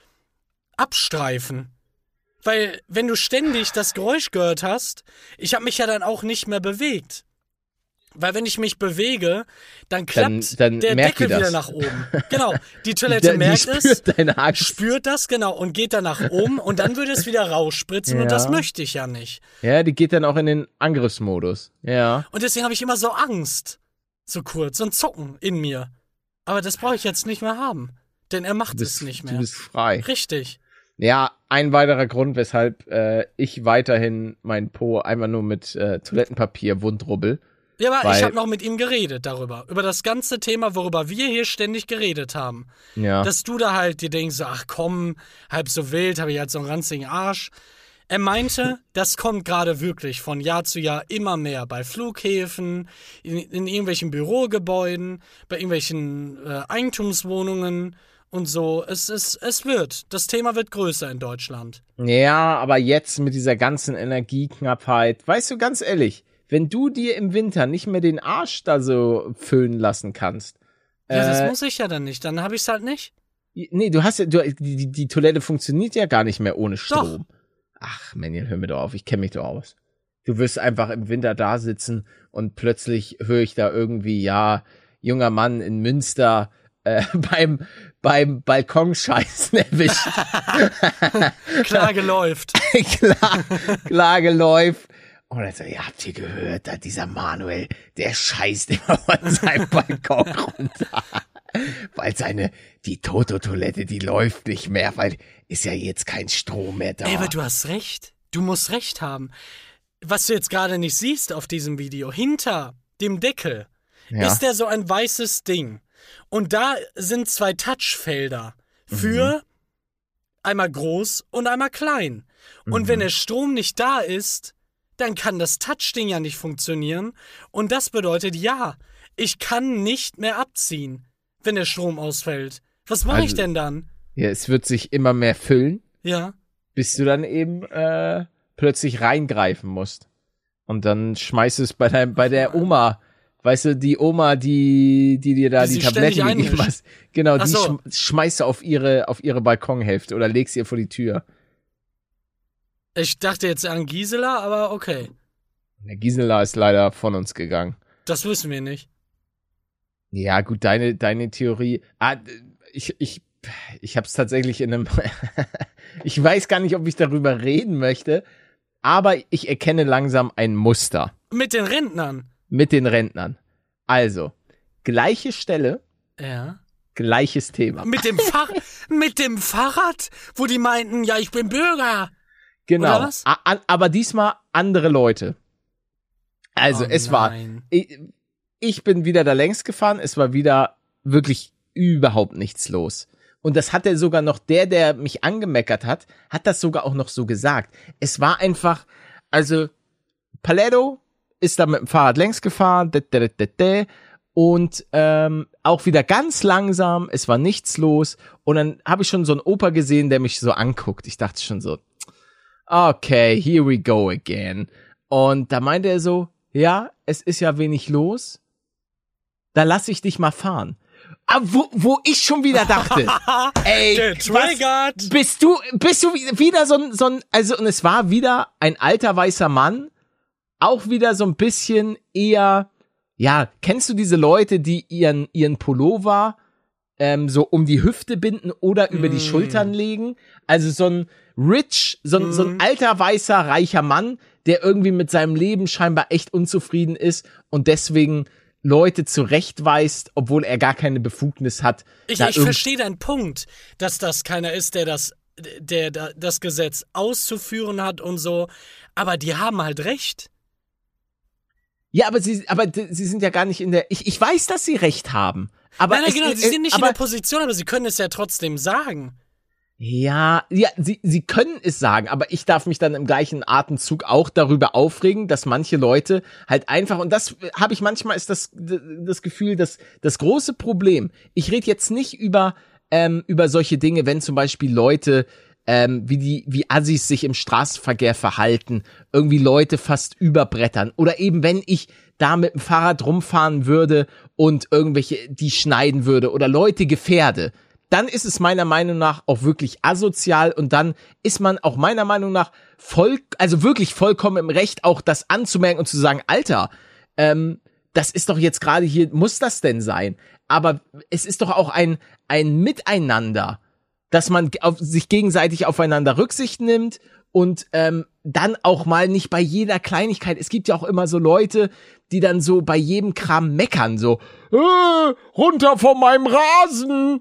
abstreifen. Weil, wenn du ständig das Geräusch gehört hast, ich habe mich ja dann auch nicht mehr bewegt. Weil wenn ich mich bewege, dann klappt dann der Deckel wieder nach oben. Genau, die Toilette merkt es, spürt das, genau, und geht dann nach oben und dann würde es wieder rausspritzen und das möchte ich ja nicht. Ja, die geht dann auch in den Angriffsmodus. Ja. Und deswegen habe ich immer so Angst, so kurz, so ein Zucken in mir. Aber das brauche ich jetzt nicht mehr haben, denn er macht es nicht mehr. Du bist frei. Richtig. Ja, ein weiterer Grund, weshalb ich weiterhin meinen Po einfach nur mit Toilettenpapier wundrubbel. Ja, aber ich habe noch mit ihm geredet darüber. Über das ganze Thema, worüber wir hier ständig geredet haben. Ja. Dass du da halt dir denkst, ach komm, halb so wild, habe ich halt so einen ranzigen Arsch. Er meinte, das kommt gerade wirklich von Jahr zu Jahr immer mehr bei Flughäfen, in irgendwelchen Bürogebäuden, bei irgendwelchen Eigentumswohnungen und so. Das Thema wird größer in Deutschland. Ja, aber jetzt mit dieser ganzen Energieknappheit, weißt du, ganz ehrlich, wenn du dir im Winter nicht mehr den Arsch da so föhnen lassen kannst. Ja, das muss ich ja dann nicht, dann habe ich es halt nicht. Nee, die Toilette funktioniert ja gar nicht mehr ohne Strom. Doch. Ach, Manuel, hör mir doch auf, ich kenne mich doch aus. Du wirst einfach im Winter da sitzen und plötzlich höre ich da irgendwie, ja, junger Mann in Münster beim Balkonscheißen erwischt. Klage läuft. Klage läuft. Und dann so, ja, habt ihr gehört, da dieser Manuel, der scheißt immer von seinem Balkon runter. Weil die Toto-Toilette, die läuft nicht mehr, weil ist ja jetzt kein Strom mehr da. Ey, aber du hast recht. Du musst recht haben. Was du jetzt gerade nicht siehst auf diesem Video, hinter dem Deckel ist der so ein weißes Ding. Und da sind 2 Touchfelder für einmal groß und einmal klein. Und wenn der Strom nicht da ist, dann kann das Touchding ja nicht funktionieren. Und das bedeutet, ja, ich kann nicht mehr abziehen, wenn der Strom ausfällt. Was mache ich denn dann? Ja, es wird sich immer mehr füllen. Ja. Bis du dann eben plötzlich reingreifen musst. Und dann schmeißt es bei der Oma, weißt du, die Oma, die dir da die Tabletten gegeben hat. Genau, die schmeißt du auf ihre Balkonhälfte oder legst ihr vor die Tür. Ich dachte jetzt an Gisela, aber okay. Der Gisela ist leider von uns gegangen. Das wissen wir nicht. Ja, gut, deine Theorie. Ich hab's tatsächlich in einem ich weiß gar nicht, ob ich darüber reden möchte, aber ich erkenne langsam ein Muster. Mit den Rentnern? Mit den Rentnern. Also, gleiche Stelle. Ja. Gleiches Thema. Mit dem Fahrrad, wo die meinten, ja, ich bin Bürger. Genau. Oder was? Aber diesmal andere Leute. Also, ich bin wieder da längs gefahren, es war wieder wirklich überhaupt nichts los. Und das hat sogar noch der mich angemeckert hat das sogar auch noch so gesagt. Es war einfach, also Paletto ist da mit dem Fahrrad längs gefahren, und auch wieder ganz langsam, es war nichts los. Und dann habe ich schon so einen Opa gesehen, der mich so anguckt. Ich dachte schon so, okay, here we go again. Und da meinte er so, ja, es ist ja wenig los, da lass ich dich mal fahren. Aber wo ich schon wieder dachte, ey, was, bist du wieder so ein, also, und es war wieder ein alter weißer Mann, auch wieder so ein bisschen eher, ja, kennst du diese Leute, die ihren Pullover so um die Hüfte binden oder über die Schultern legen? Also so ein so ein alter weißer reicher Mann, der irgendwie mit seinem Leben scheinbar echt unzufrieden ist und deswegen Leute zurechtweist, obwohl er gar keine Befugnis hat. Ich verstehe deinen Punkt, dass das keiner ist, der das Gesetz auszuführen hat und so. Aber die haben halt recht. Ja, aber sie sind ja gar nicht in der. Ich weiß, dass sie recht haben. Aber nein, genau, sie sind nicht in der Position, aber sie können es ja trotzdem sagen. Ja, sie können es sagen, aber ich darf mich dann im gleichen Atemzug auch darüber aufregen, dass manche Leute halt einfach, und das habe ich manchmal, ist das Gefühl, dass das große Problem, ich rede jetzt nicht über solche Dinge, wenn zum Beispiel Leute, wie Assis sich im Straßenverkehr verhalten, irgendwie Leute fast überbrettern, oder eben wenn ich da mit dem Fahrrad rumfahren würde und irgendwelche, die schneiden würde oder Leute gefährde, dann ist es meiner Meinung nach auch wirklich asozial und dann ist man auch meiner Meinung nach wirklich vollkommen im Recht, auch das anzumerken und zu sagen, Alter, das ist doch jetzt gerade hier, muss das denn sein? Aber es ist doch auch ein Miteinander, dass man sich gegenseitig aufeinander Rücksicht nimmt und dann auch mal nicht bei jeder Kleinigkeit. Es gibt ja auch immer so Leute, die dann so bei jedem Kram meckern, so runter von meinem Rasen.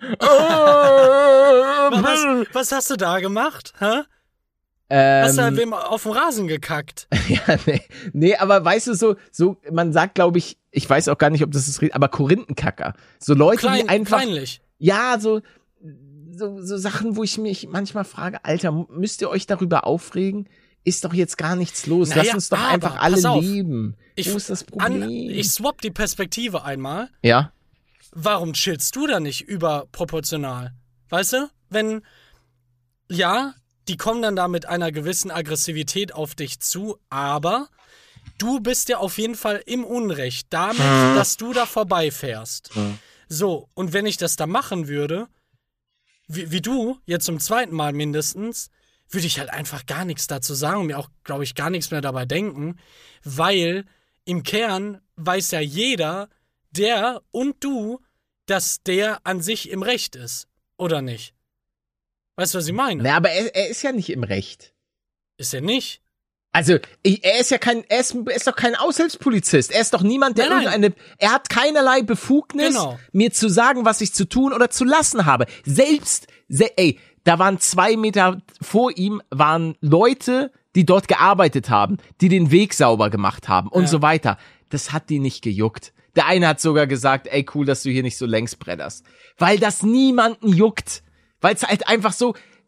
Was hast du da gemacht? Hä? Hast du wem auf den Rasen gekackt? Ja, nee, aber weißt du, so man sagt, glaube ich weiß auch gar nicht, ob das ist, aber Korinthenkacker. So Leute, die einfach kleinlich. Ja, so Sachen, wo ich mich manchmal frage, Alter, müsst ihr euch darüber aufregen? Ist doch jetzt gar nichts los. Naja, lass uns doch einfach alle leben. Wo ist das Problem? Ich swap die Perspektive einmal. Ja. Warum chillst du da nicht überproportional? Weißt du? Die kommen dann da mit einer gewissen Aggressivität auf dich zu, aber du bist ja auf jeden Fall im Unrecht damit, dass du da vorbeifährst. So, und wenn ich das da machen würde, wie du, jetzt zum zweiten Mal mindestens, würde ich halt einfach gar nichts dazu sagen und mir auch, glaube ich, gar nichts mehr dabei denken, weil im Kern weiß ja jeder, der und du, dass der an sich im Recht ist, oder nicht? Weißt du, was ich meine? Na, aber er ist ja nicht im Recht. Ist er nicht? Also, er ist doch kein Aushilfspolizist. Er ist doch niemand, der er hat keinerlei Befugnis, mir zu sagen, was ich zu tun oder zu lassen habe. Da waren 2 Meter vor ihm, waren Leute, die dort gearbeitet haben, die den Weg sauber gemacht haben und so weiter. Das hat die nicht gejuckt. Der eine hat sogar gesagt, ey, cool, dass du hier nicht so längs bretterst. Weil das niemanden juckt. Weil es halt einfach so,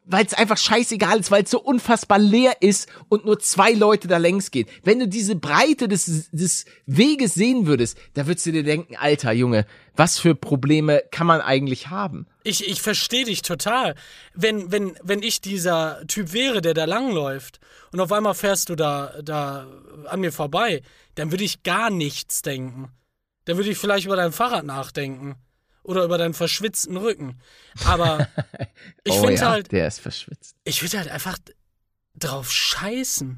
weil es einfach scheißegal ist, weil es so unfassbar leer ist und nur 2 Leute da längs gehen. Wenn du diese Breite des Weges sehen würdest, da würdest du dir denken, Alter, Junge, was für Probleme kann man eigentlich haben? Ich verstehe dich total. Wenn ich dieser Typ wäre, der da langläuft und auf einmal fährst du da an mir vorbei, dann würde ich gar nichts denken. Dann würde ich vielleicht über dein Fahrrad nachdenken. Oder über deinen verschwitzten Rücken. Aber ich finde halt. Der ist verschwitzt. Ich würde halt einfach drauf scheißen.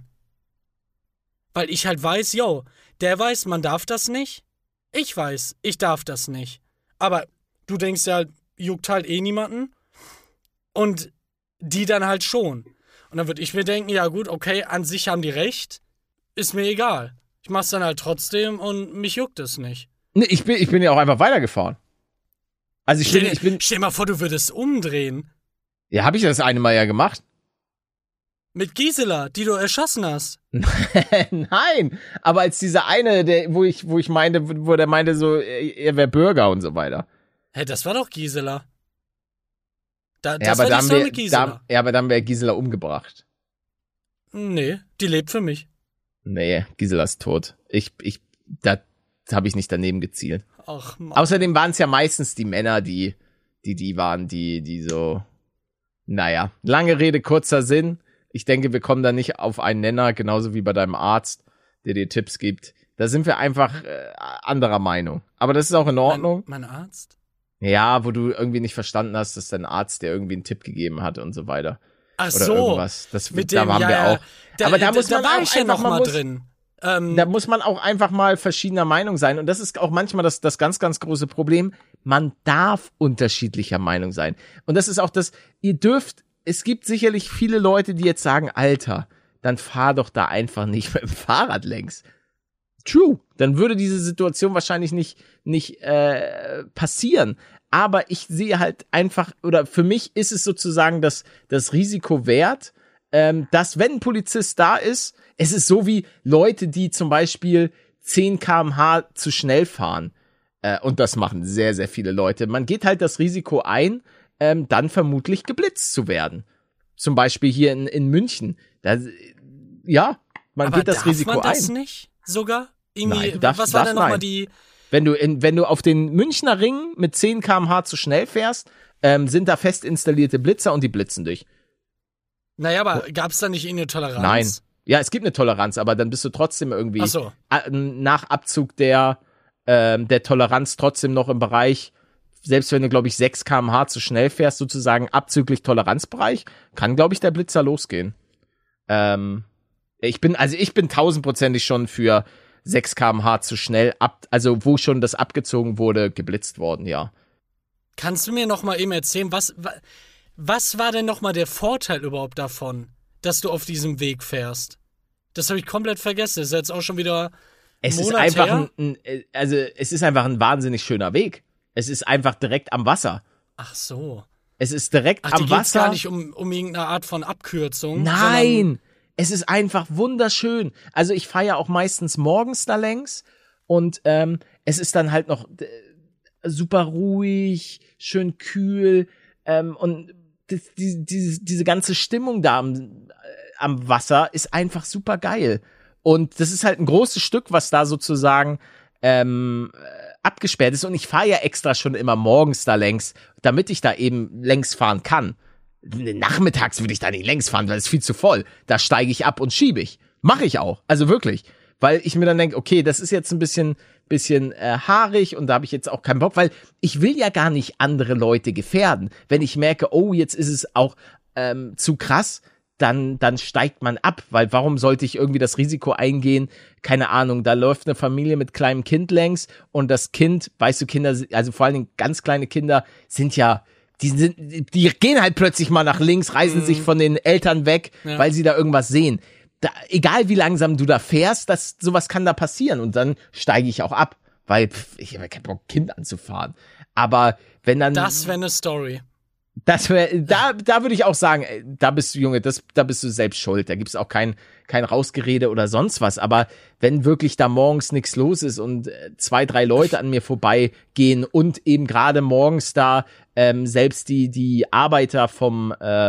Weil ich halt weiß, yo, der weiß, man darf das nicht. Ich weiß, ich darf das nicht. Aber du denkst ja, juckt halt eh niemanden. Und die dann halt schon. Und dann würde ich mir denken, ja gut, okay, an sich haben die recht. Ist mir egal. Ich mach's dann halt trotzdem und mich juckt es nicht. Nee, ich bin ja auch einfach weitergefahren. Also Stell dir mal vor, du würdest umdrehen. Ja, habe ich das eine Mal ja gemacht. Mit Gisela, die du erschossen hast. Nein, aber als dieser eine, wo ich meinte, wo der meinte so, er wäre Bürger und so weiter. Hä, das war doch Gisela. Das ja, war nicht so mit Gisela. Aber dann wäre Gisela umgebracht. Nee, die lebt für mich. Nee, Gisela ist tot. Da habe ich nicht daneben gezielt. Ach, Mann. Außerdem waren es ja meistens die Männer, die waren, die so, naja, lange Rede, kurzer Sinn. Ich denke, wir kommen da nicht auf einen Nenner, genauso wie bei deinem Arzt, der dir Tipps gibt. Da sind wir einfach anderer Meinung. Aber das ist auch in Ordnung. Mein Arzt? Ja, wo du irgendwie nicht verstanden hast, dass dein Arzt dir irgendwie einen Tipp gegeben hat und so weiter. Ach oder so. Irgendwas. Mit da dem, waren wir auch. Aber da muss man war auch ich ja noch mal muss, drin. Da muss man auch einfach mal verschiedener Meinung sein. Und das ist auch manchmal das ganz, ganz große Problem. Man darf unterschiedlicher Meinung sein. Und das ist auch es gibt sicherlich viele Leute, die jetzt sagen, Alter, dann fahr doch da einfach nicht mit dem Fahrrad längs. True. Dann würde diese Situation wahrscheinlich nicht passieren. Aber ich sehe halt einfach, oder für mich ist es sozusagen das Risiko wert, dass, wenn ein Polizist da ist, es ist so wie Leute, die zum Beispiel 10 km/h zu schnell fahren. Und das machen sehr, sehr viele Leute. Man geht halt das Risiko ein, dann vermutlich geblitzt zu werden. Zum Beispiel hier in München. Man geht das Risiko ein. Aber darf man das nicht sogar? Irgendwie, nein, was war denn nochmal die... Wenn du auf den Münchner Ring mit 10 km/h zu schnell fährst, sind da fest installierte Blitzer und die blitzen dich. Naja, aber gab's da nicht irgendeine Toleranz? Nein. Ja, es gibt eine Toleranz, aber dann bist du trotzdem irgendwie nach Abzug der Toleranz trotzdem noch im Bereich, selbst wenn du, glaube ich, 6 km/h zu schnell fährst, sozusagen abzüglich Toleranzbereich, kann, glaube ich, der Blitzer losgehen. Ich bin 1000%ig schon für 6 km/h zu schnell, also wo schon das abgezogen wurde, geblitzt worden, ja. Kannst du mir noch mal eben erzählen, was war denn noch mal der Vorteil überhaupt davon, dass du auf diesem Weg fährst? Das habe ich komplett vergessen. Das ist jetzt auch schon wieder es ist einfach es ist einfach ein wahnsinnig schöner Weg. Es ist einfach direkt am Wasser. Ach so. Es ist direkt am Wasser. Geht's gar nicht um irgendeine Art von Abkürzung. Nein, es ist einfach wunderschön. Also ich fahre ja auch meistens morgens da längs und es ist dann halt noch super ruhig, schön kühl und diese ganze Stimmung da am Wasser ist einfach super geil. Und das ist halt ein großes Stück, was da sozusagen abgesperrt ist. Und ich fahre ja extra schon immer morgens da längs, damit ich da eben längs fahren kann. Nachmittags würde ich da nicht längs fahren, weil es ist viel zu voll. Da steige ich ab und schiebe ich. Mache ich auch. Also wirklich. Weil ich mir dann denke, okay, das ist jetzt ein bisschen haarig und da habe ich jetzt auch keinen Bock, weil ich will ja gar nicht andere Leute gefährden. Wenn ich merke, oh, jetzt ist es auch zu krass, dann steigt man ab, weil warum sollte ich irgendwie das Risiko eingehen, keine Ahnung, da läuft eine Familie mit kleinem Kind längs und das Kind, weißt du, Kinder, also vor allen Dingen ganz kleine Kinder sind ja, die gehen halt plötzlich mal nach links, reißen sich von den Eltern weg, weil sie da irgendwas sehen. Egal wie langsam du da fährst, sowas kann da passieren und dann steige ich auch ab, weil ich habe keinen Bock, Kind anzufahren. Aber wenn dann... Das wäre eine Story. Da würde ich auch sagen, da bist du, Junge, da bist du selbst schuld. Da gibt's auch kein Rausgerede oder sonst was. Aber wenn wirklich da morgens nichts los ist und 2, 3 Leute an mir vorbeigehen und eben gerade morgens da selbst die Arbeiter vom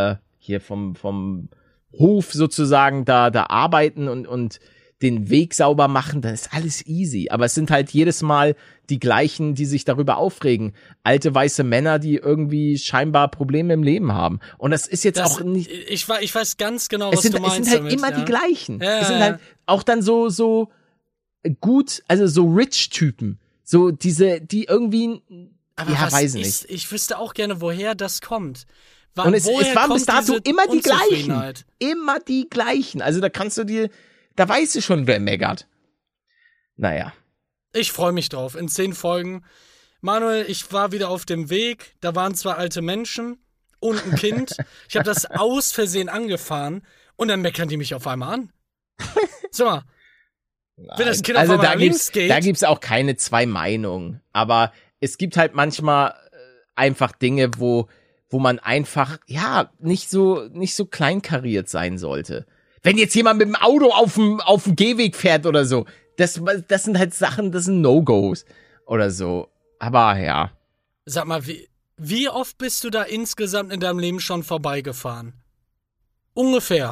hier vom Hof sozusagen da arbeiten und den Weg sauber machen, dann ist alles easy. Aber es sind halt jedes Mal die gleichen, die sich darüber aufregen. Alte weiße Männer, die irgendwie scheinbar Probleme im Leben haben. Und das ist jetzt auch nicht... Ich weiß ganz genau, was du meinst. Es sind halt damit, immer die gleichen. Ja, es sind halt auch dann so gut, also so Rich-Typen. So die irgendwie... Aber ja, weiß nicht. Ich wüsste auch gerne, woher das kommt. Und es waren bis dato immer die gleichen. Unzufriedenheit? Immer die gleichen. Also da da weißt du schon, wer meckert. Naja. Ich freue mich drauf. In 10 Folgen. Manuel, ich war wieder auf dem Weg. Da waren 2 alte Menschen und ein Kind. Ich habe das aus Versehen angefahren und dann meckern die mich auf einmal an. So mal. Wenn das Kind auf einmal links geht. Da gibt's auch keine 2 Meinungen. Aber es gibt halt manchmal einfach Dinge, wo man einfach, ja, nicht so kleinkariert sein sollte. Wenn jetzt jemand mit dem Auto auf dem Gehweg fährt oder so, das sind halt Sachen, das sind No-Gos oder so. Aber ja. Sag mal, wie oft bist du da insgesamt in deinem Leben schon vorbeigefahren? Ungefähr.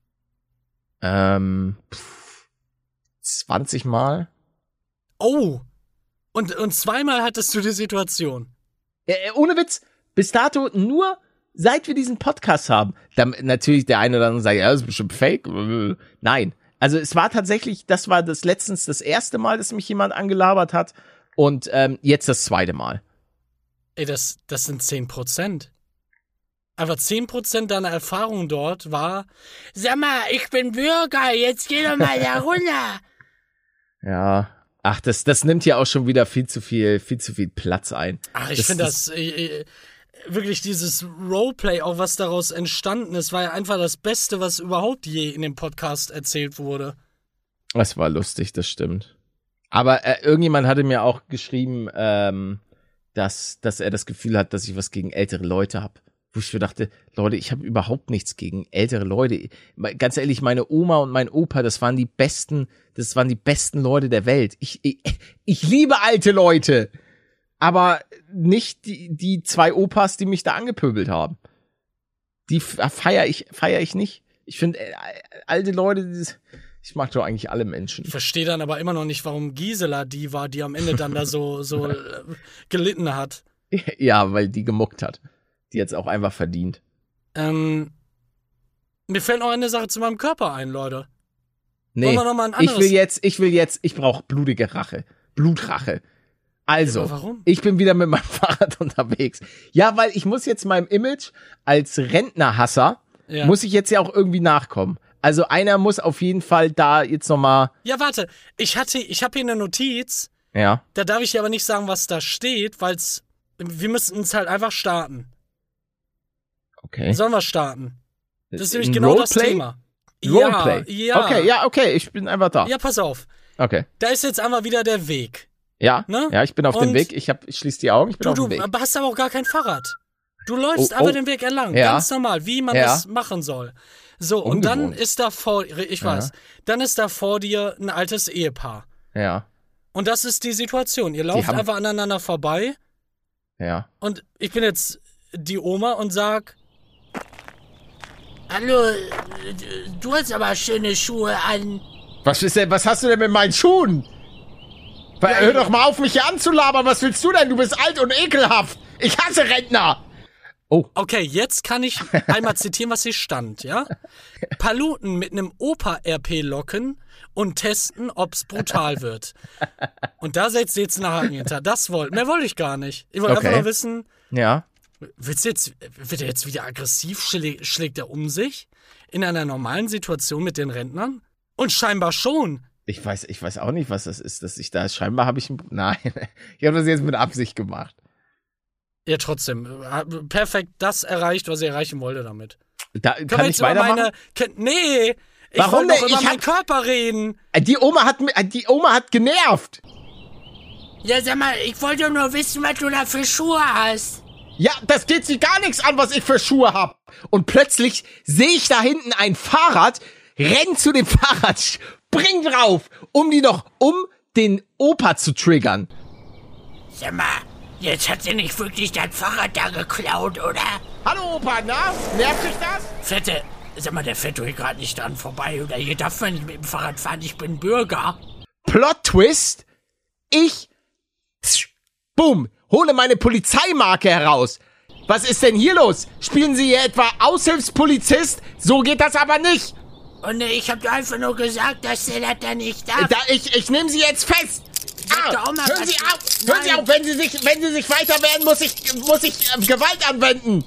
20 Mal. Oh. Und 2-mal hattest du die Situation. Ohne Witz, bis dato nur, seit wir diesen Podcast haben. Dann natürlich der eine oder andere sagt, ja, das ist bestimmt fake. Nein. Also es war tatsächlich, das war das erste Mal, dass mich jemand angelabert hat. Und jetzt das 2. Mal. Ey, das sind 10%. Aber 10% deiner Erfahrung dort war, sag mal, ich bin Bürger, jetzt geh doch mal da runter. Ja. Ach, das nimmt ja auch schon wieder viel zu viel Platz ein. Ach, ich finde das wirklich dieses Roleplay, auch was daraus entstanden ist, war ja einfach das Beste, was überhaupt je in dem Podcast erzählt wurde. Das war lustig, das stimmt. Aber irgendjemand hatte mir auch geschrieben, dass er das Gefühl hat, dass ich was gegen ältere Leute habe. Wo ich mir dachte, Leute, ich habe überhaupt nichts gegen ältere Leute. Ganz ehrlich, meine Oma und mein Opa, das waren die besten Leute der Welt. Ich liebe alte Leute. Aber nicht die 2 Opas, die mich da angepöbelt haben. Die feier ich nicht. Ich finde, alte Leute, ich mag doch eigentlich alle Menschen. Ich verstehe dann aber immer noch nicht, warum Gisela die war, die am Ende dann da so gelitten hat. Ja, weil die gemuckt hat. Die jetzt auch einfach verdient. Mir fällt noch eine Sache zu meinem Körper ein, Leute. Nee, wollen wir noch mal ein anderes? Ich brauche blutige Rache. Blutrache. Also, aber warum? Ich bin wieder mit meinem Fahrrad unterwegs. Ja, weil ich muss jetzt meinem Image als Rentnerhasser, muss ich jetzt ja auch irgendwie nachkommen. Also einer muss auf jeden Fall da jetzt nochmal... Ja, warte. Ich habe hier eine Notiz. Ja. Da darf ich dir aber nicht sagen, was da steht, weil wir müssen es halt einfach starten. Okay. Sollen wir starten? Das ist nämlich genau das Thema. Roleplay? Ja. Okay, ich bin einfach da. Ja, pass auf. Okay. Da ist jetzt einmal wieder der Weg. Ja, ne? Ja, ich bin auf dem Weg. Ich schließe die Augen, ich bin auf dem Weg. Du hast aber auch gar kein Fahrrad. Du läufst einfach den Weg entlang, ganz normal, wie man das machen soll. So, und dann ist da dann ist da vor dir ein altes Ehepaar. Ja. Und das ist die Situation. Ihr lauft einfach aneinander vorbei. Ja. Und ich bin jetzt die Oma und sag: Hallo, du hast aber schöne Schuhe an. Was hast du denn mit meinen Schuhen? Hör doch mal auf, mich hier anzulabern. Was willst du denn? Du bist alt und ekelhaft. Ich hasse Rentner. Oh. Okay, jetzt kann ich einmal zitieren, was hier stand, ja? Paluten mit einem Opa-RP locken und testen, ob's brutal wird. Und da setzt ihr jetzt einen Haken hinter. Mehr wollte ich gar nicht. Ich wollte einfach nur wissen, wird er jetzt wieder aggressiv? Schlägt er um sich? In einer normalen Situation mit den Rentnern? Und scheinbar schon. Ich weiß auch nicht, was das ist, dass ich da, scheinbar habe ich nein, ich habe das jetzt mit Absicht gemacht. Ja, trotzdem. Perfekt das erreicht, was ich erreichen wollte damit. Da kann ich weitermachen? Nee! Ich wollte doch über meinen Körper reden. Die Oma hat genervt. Ja, sag mal, ich wollte nur wissen, was du da für Schuhe hast. Ja, das geht sie gar nichts an, was ich für Schuhe hab. Und plötzlich sehe ich da hinten ein Fahrrad, renn zu dem Fahrrad, spring drauf, um den Opa zu triggern. Sag mal, Jetzt hat sie nicht wirklich dein Fahrrad da geklaut, oder? Hallo Opa, na? Nervt dich das? Fette, sag mal, der fährt doch hier gerade nicht dran vorbei, oder? Hier darf man nicht mit dem Fahrrad fahren, ich bin Bürger. Plot-Twist? Ich, boom, hole meine Polizeimarke heraus. Was ist denn hier los? Spielen Sie hier etwa Aushilfspolizist? So geht das aber nicht. Und ich hab dir einfach nur gesagt, dass der das da nicht darf. Ich nehme Sie jetzt fest. Doch auch mal Hören was- Sie auf! Hören Sie auf! Wenn Sie sich weiter wehren, muss ich Gewalt anwenden.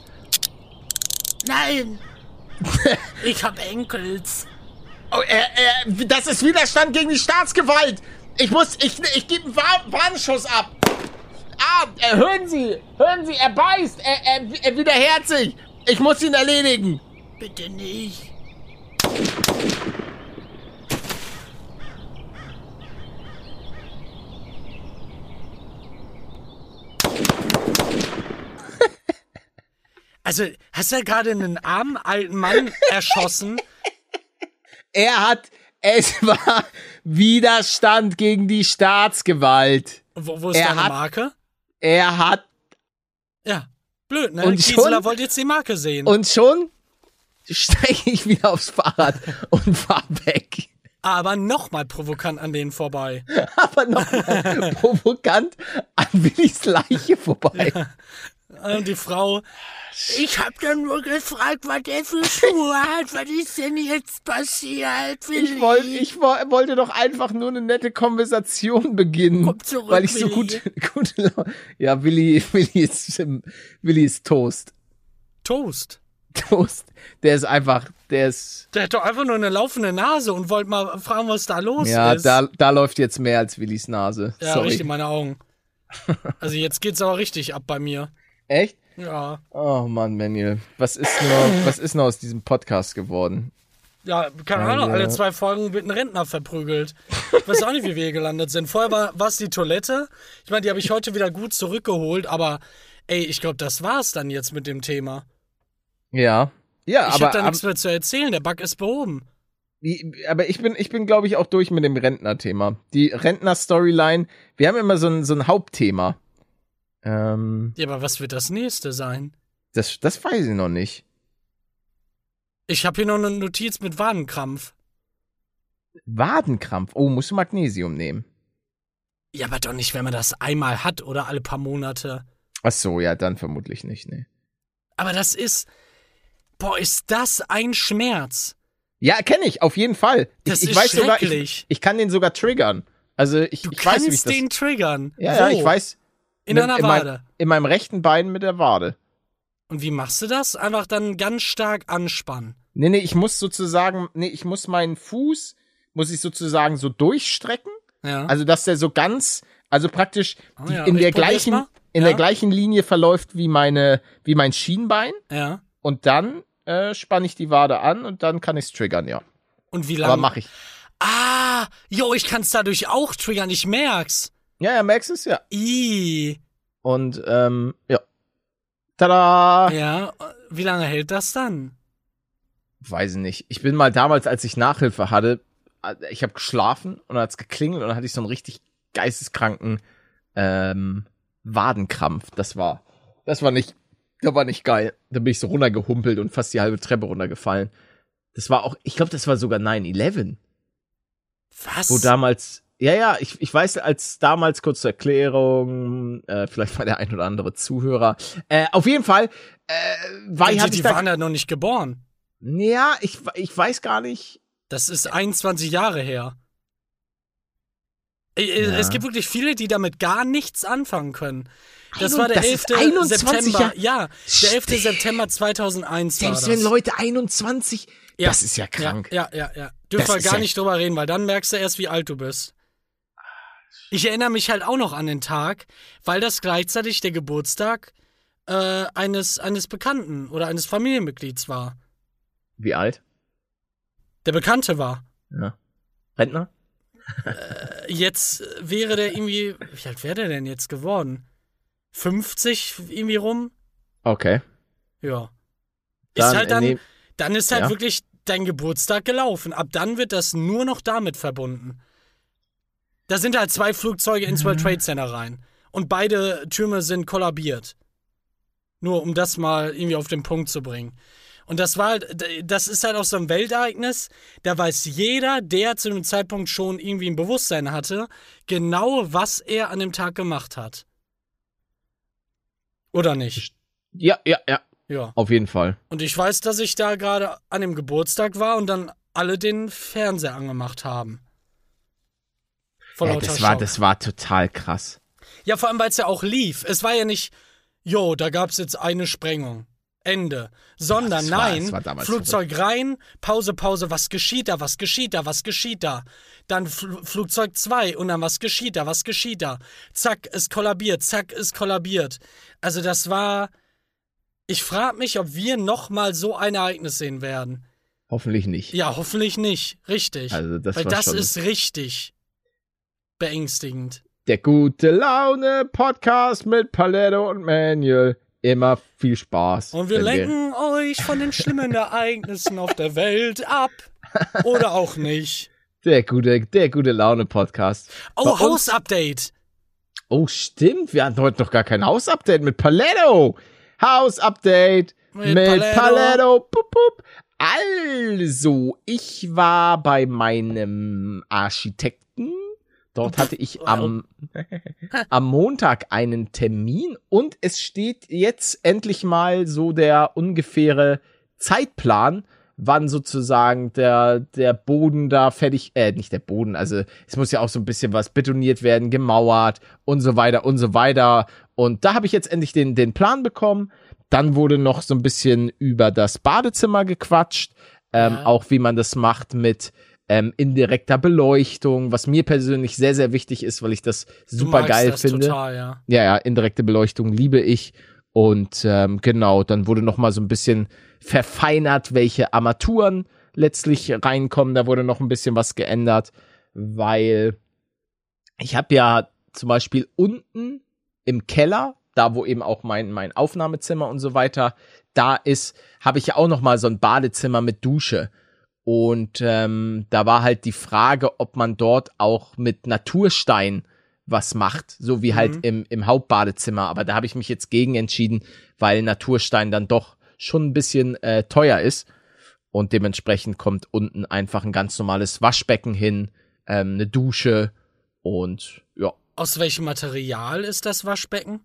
Nein. Ich hab Enkels. Oh, das ist Widerstand gegen die Staatsgewalt. Ich gebe einen Warnschuss ab. Hören Sie, er beißt, er widerhält sich. Ich muss ihn erledigen. Bitte nicht. Also, hast du ja gerade einen armen alten Mann erschossen? Es war Widerstand gegen die Staatsgewalt. Wo ist Er deine hat- Marke? Er hat, Ja, blöd, ne? Und Gisela schon- wollte jetzt die Marke sehen. und schon steige ich wieder aufs Fahrrad und fahr weg. Aber nochmal provokant an denen vorbei. Aber nochmal provokant an Willis Leiche vorbei. Und die Frau, Ich hab doch nur gefragt, was der für Schuhe hat. Was ist denn jetzt passiert, Willi? Ich wollte doch einfach nur eine nette Konversation beginnen. Komm zurück, weil ich so Willi. gut ja, Willi ist Toast. Toast. Toast. Der ist Der hat doch einfach nur eine laufende Nase und wollte mal fragen, was da los ja, ist. da läuft jetzt mehr als Willis Nase. Ja, Sorry. richtig in meine Augen. Also jetzt geht's aber richtig ab bei mir. Echt? Ja. Oh Mann, Manuel. Was ist nur aus diesem Podcast geworden? Ja, keine Ahnung, alle 2 Folgen wird ein Rentner verprügelt. Ich weiß auch nicht, wie wir hier gelandet sind. Vorher war es die Toilette. Ich meine, die habe ich heute wieder gut zurückgeholt, aber ey, ich glaube, das war's dann jetzt mit dem Thema. Ja. Ja, Ich habe da nichts mehr zu erzählen, der Bug ist behoben. aber ich bin glaube ich, auch durch mit dem Rentner-Thema. Die Rentner-Storyline, wir haben immer so ein Hauptthema. Ja, aber was wird das nächste sein? Das weiß ich noch nicht. Ich habe hier noch eine Notiz mit Wadenkrampf. Wadenkrampf. Oh, musst du Magnesium nehmen. Ja, aber doch nicht, wenn man das einmal hat oder alle paar Monate. Ach so, ja, dann vermutlich nicht, ne. Aber das ist... Boah, ist das ein Schmerz. Ja, kenne ich, auf jeden Fall. Das ich ist weiß sogar, schrecklich. ich kann den sogar triggern. Also ich Du weiß, wie ich kannst das... den triggern. Ja, Wo? ich weiß. In einer Wade. In meinem rechten Bein mit der Wade. Und wie machst du das? Einfach dann ganz stark anspannen. Nee, ich muss meinen Fuß, muss ich sozusagen so durchstrecken. Ja. Also, dass der so ganz, also praktisch Oh ja, in ich der probier's gleichen, mal. in Ja. der gleichen Linie verläuft wie mein Schienbein. Ja. Und dann spanne ich die Wade an und dann kann ich's triggern, ja. Und wie lange? Aber mache ich. Ah, jo, ich kann's dadurch auch triggern, ich merk's. Ja, merkst du es, ja. Und ja. Tada! ja, wie lange hält das dann? Weiß ich nicht. Ich bin mal damals, als ich Nachhilfe hatte, ich habe geschlafen und dann hat's geklingelt und dann hatte ich so einen richtig geisteskranken Wadenkrampf. Das war nicht geil. Da bin ich so runtergehumpelt und fast die halbe Treppe runtergefallen. Das war auch, ich glaube, das war sogar 9/11. Was? Wo damals, ja, ich weiß, als damals, kurz zur Erklärung, vielleicht war der ein oder andere Zuhörer, auf jeden Fall, Die waren ja noch nicht geboren. ja, ich weiß gar nicht. Das ist 21 Jahre her. Es gibt wirklich viele, die damit gar nichts anfangen können. Das war der Das 11. ist 21 September. Jahre. Ja, der 11. September 2001 war Selbst das. wenn Leute 21, Ja. das ist ja krank. Ja. Dürfen Das wir ist gar ja- nicht drüber reden, weil dann merkst du erst, wie alt du bist. Ich erinnere mich halt auch noch an den Tag, weil das gleichzeitig der Geburtstag eines Bekannten oder eines Familienmitglieds war. Wie alt? Der Bekannte war. Ja. Rentner? Jetzt wäre der irgendwie, wie alt wäre der denn jetzt geworden? 50 irgendwie rum? Okay. Ja. Dann, Ist halt dann, nee, ist halt ja. wirklich dein Geburtstag gelaufen. Ab dann wird das nur noch damit verbunden. Da sind halt 2 Flugzeuge ins World Trade Center rein. Und beide Türme sind kollabiert. Nur um das mal irgendwie auf den Punkt zu bringen. Und das ist halt auch so ein Weltereignis, da weiß jeder, der zu dem Zeitpunkt schon irgendwie ein Bewusstsein hatte, genau, was er an dem Tag gemacht hat. Oder nicht? Ja. Ja. Auf jeden Fall. Und ich weiß, dass ich da gerade an dem Geburtstag war und dann alle den Fernseher angemacht haben. Vor lauter Schock. Das war total krass. Ja, vor allem, weil es ja auch lief. Es war ja nicht, da gab's jetzt eine Sprengung. Ende. Sondern das nein, war damals Flugzeug rein, Pause, was geschieht da? Dann Flugzeug 2 und dann was geschieht da? Zack, ist kollabiert. Also das war, ich frage mich, ob wir nochmal so ein Ereignis sehen werden. Hoffentlich nicht. Ja, hoffentlich nicht. Richtig. Also das Weil war das schon ist richtig beängstigend. der gute Laune Podcast mit Paletto und Manuel. Immer viel Spaß. Und wir lenken euch von den schlimmen Ereignissen auf der Welt ab. Oder auch nicht. Der gute Laune Podcast. Oh, Haus-Update. Oh, stimmt. Wir hatten heute noch gar kein Haus-Update mit Paletto. Haus-Update mit Paletto. Pup, pup. Also, ich war bei meinem Architekten. Dort hatte ich am Montag einen Termin und es steht jetzt endlich mal so der ungefähre Zeitplan, wann sozusagen der Boden da fertig, nicht der Boden, also es muss ja auch so ein bisschen was betoniert werden, gemauert und so weiter und so weiter. Und da habe ich jetzt endlich den Plan bekommen. Dann wurde noch so ein bisschen über das Badezimmer gequatscht, auch wie man das macht mit indirekter Beleuchtung, was mir persönlich sehr, sehr wichtig ist, weil ich das super geil finde. Total, ja. Ja, indirekte Beleuchtung liebe ich. Und genau, dann wurde noch mal so ein bisschen verfeinert, welche Armaturen letztlich reinkommen. Da wurde noch ein bisschen was geändert, weil ich habe ja zum Beispiel unten im Keller, da wo eben auch mein Aufnahmezimmer und so weiter da ist, habe ich ja auch noch mal so ein Badezimmer mit Dusche. Und da war halt die Frage, ob man dort auch mit Naturstein was macht, so wie halt im Hauptbadezimmer. Aber da habe ich mich jetzt gegen entschieden, weil Naturstein dann doch schon ein bisschen teuer ist. Und dementsprechend kommt unten einfach ein ganz normales Waschbecken hin, eine Dusche und ja. Aus welchem Material ist das Waschbecken?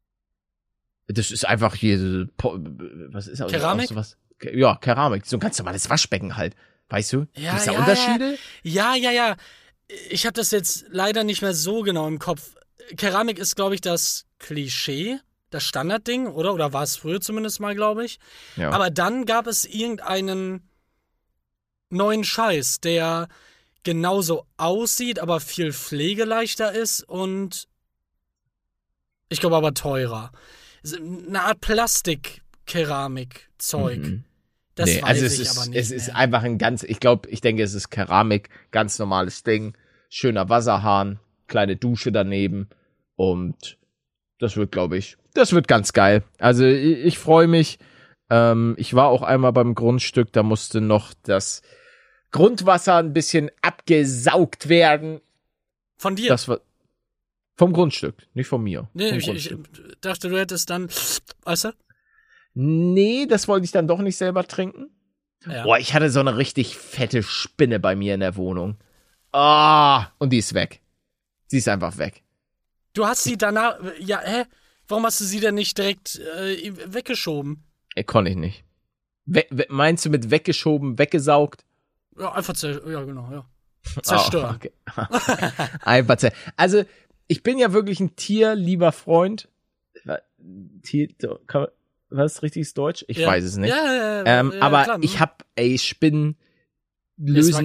Das ist einfach hier, was ist das? Keramik? Ja, Keramik. So ein ganz normales Waschbecken halt. Weißt du? Ja, Gibt's da ja, Unterschiede? Ja. Ich habe das jetzt leider nicht mehr so genau im Kopf. Keramik ist, glaube ich, das Klischee, das Standardding, oder? Oder war es früher zumindest mal, glaube ich. Ja. Aber dann gab es irgendeinen neuen Scheiß, der genauso aussieht, aber viel pflegeleichter ist und ich glaube aber teurer. Eine Art Plastik-Keramik-Zeug. Das weiß ich aber nicht. Es ist einfach ich denke, es ist Keramik, ganz normales Ding, schöner Wasserhahn, kleine Dusche daneben und das wird ganz geil. Also ich freue mich. Ich war auch einmal beim Grundstück, da musste noch das Grundwasser ein bisschen abgesaugt werden. Von dir? Das war vom Grundstück, nicht von mir. Nee, ich dachte, du hättest dann, weißt du? Nee, das wollte ich dann doch nicht selber trinken. Ja. Boah, ich hatte so eine richtig fette Spinne bei mir in der Wohnung. Und die ist weg. Sie ist einfach weg. Du hast sie danach, warum hast du sie denn nicht direkt weggeschoben? Konnte ich nicht. Meinst du mit weggeschoben, weggesaugt? Ja, einfach zerstören. Okay. Einfach also, ich bin ja wirklich ein tierlieber Freund. Was richtiges Deutsch? Ich weiß es nicht. Aber klar, ich hab, Spinnen lösen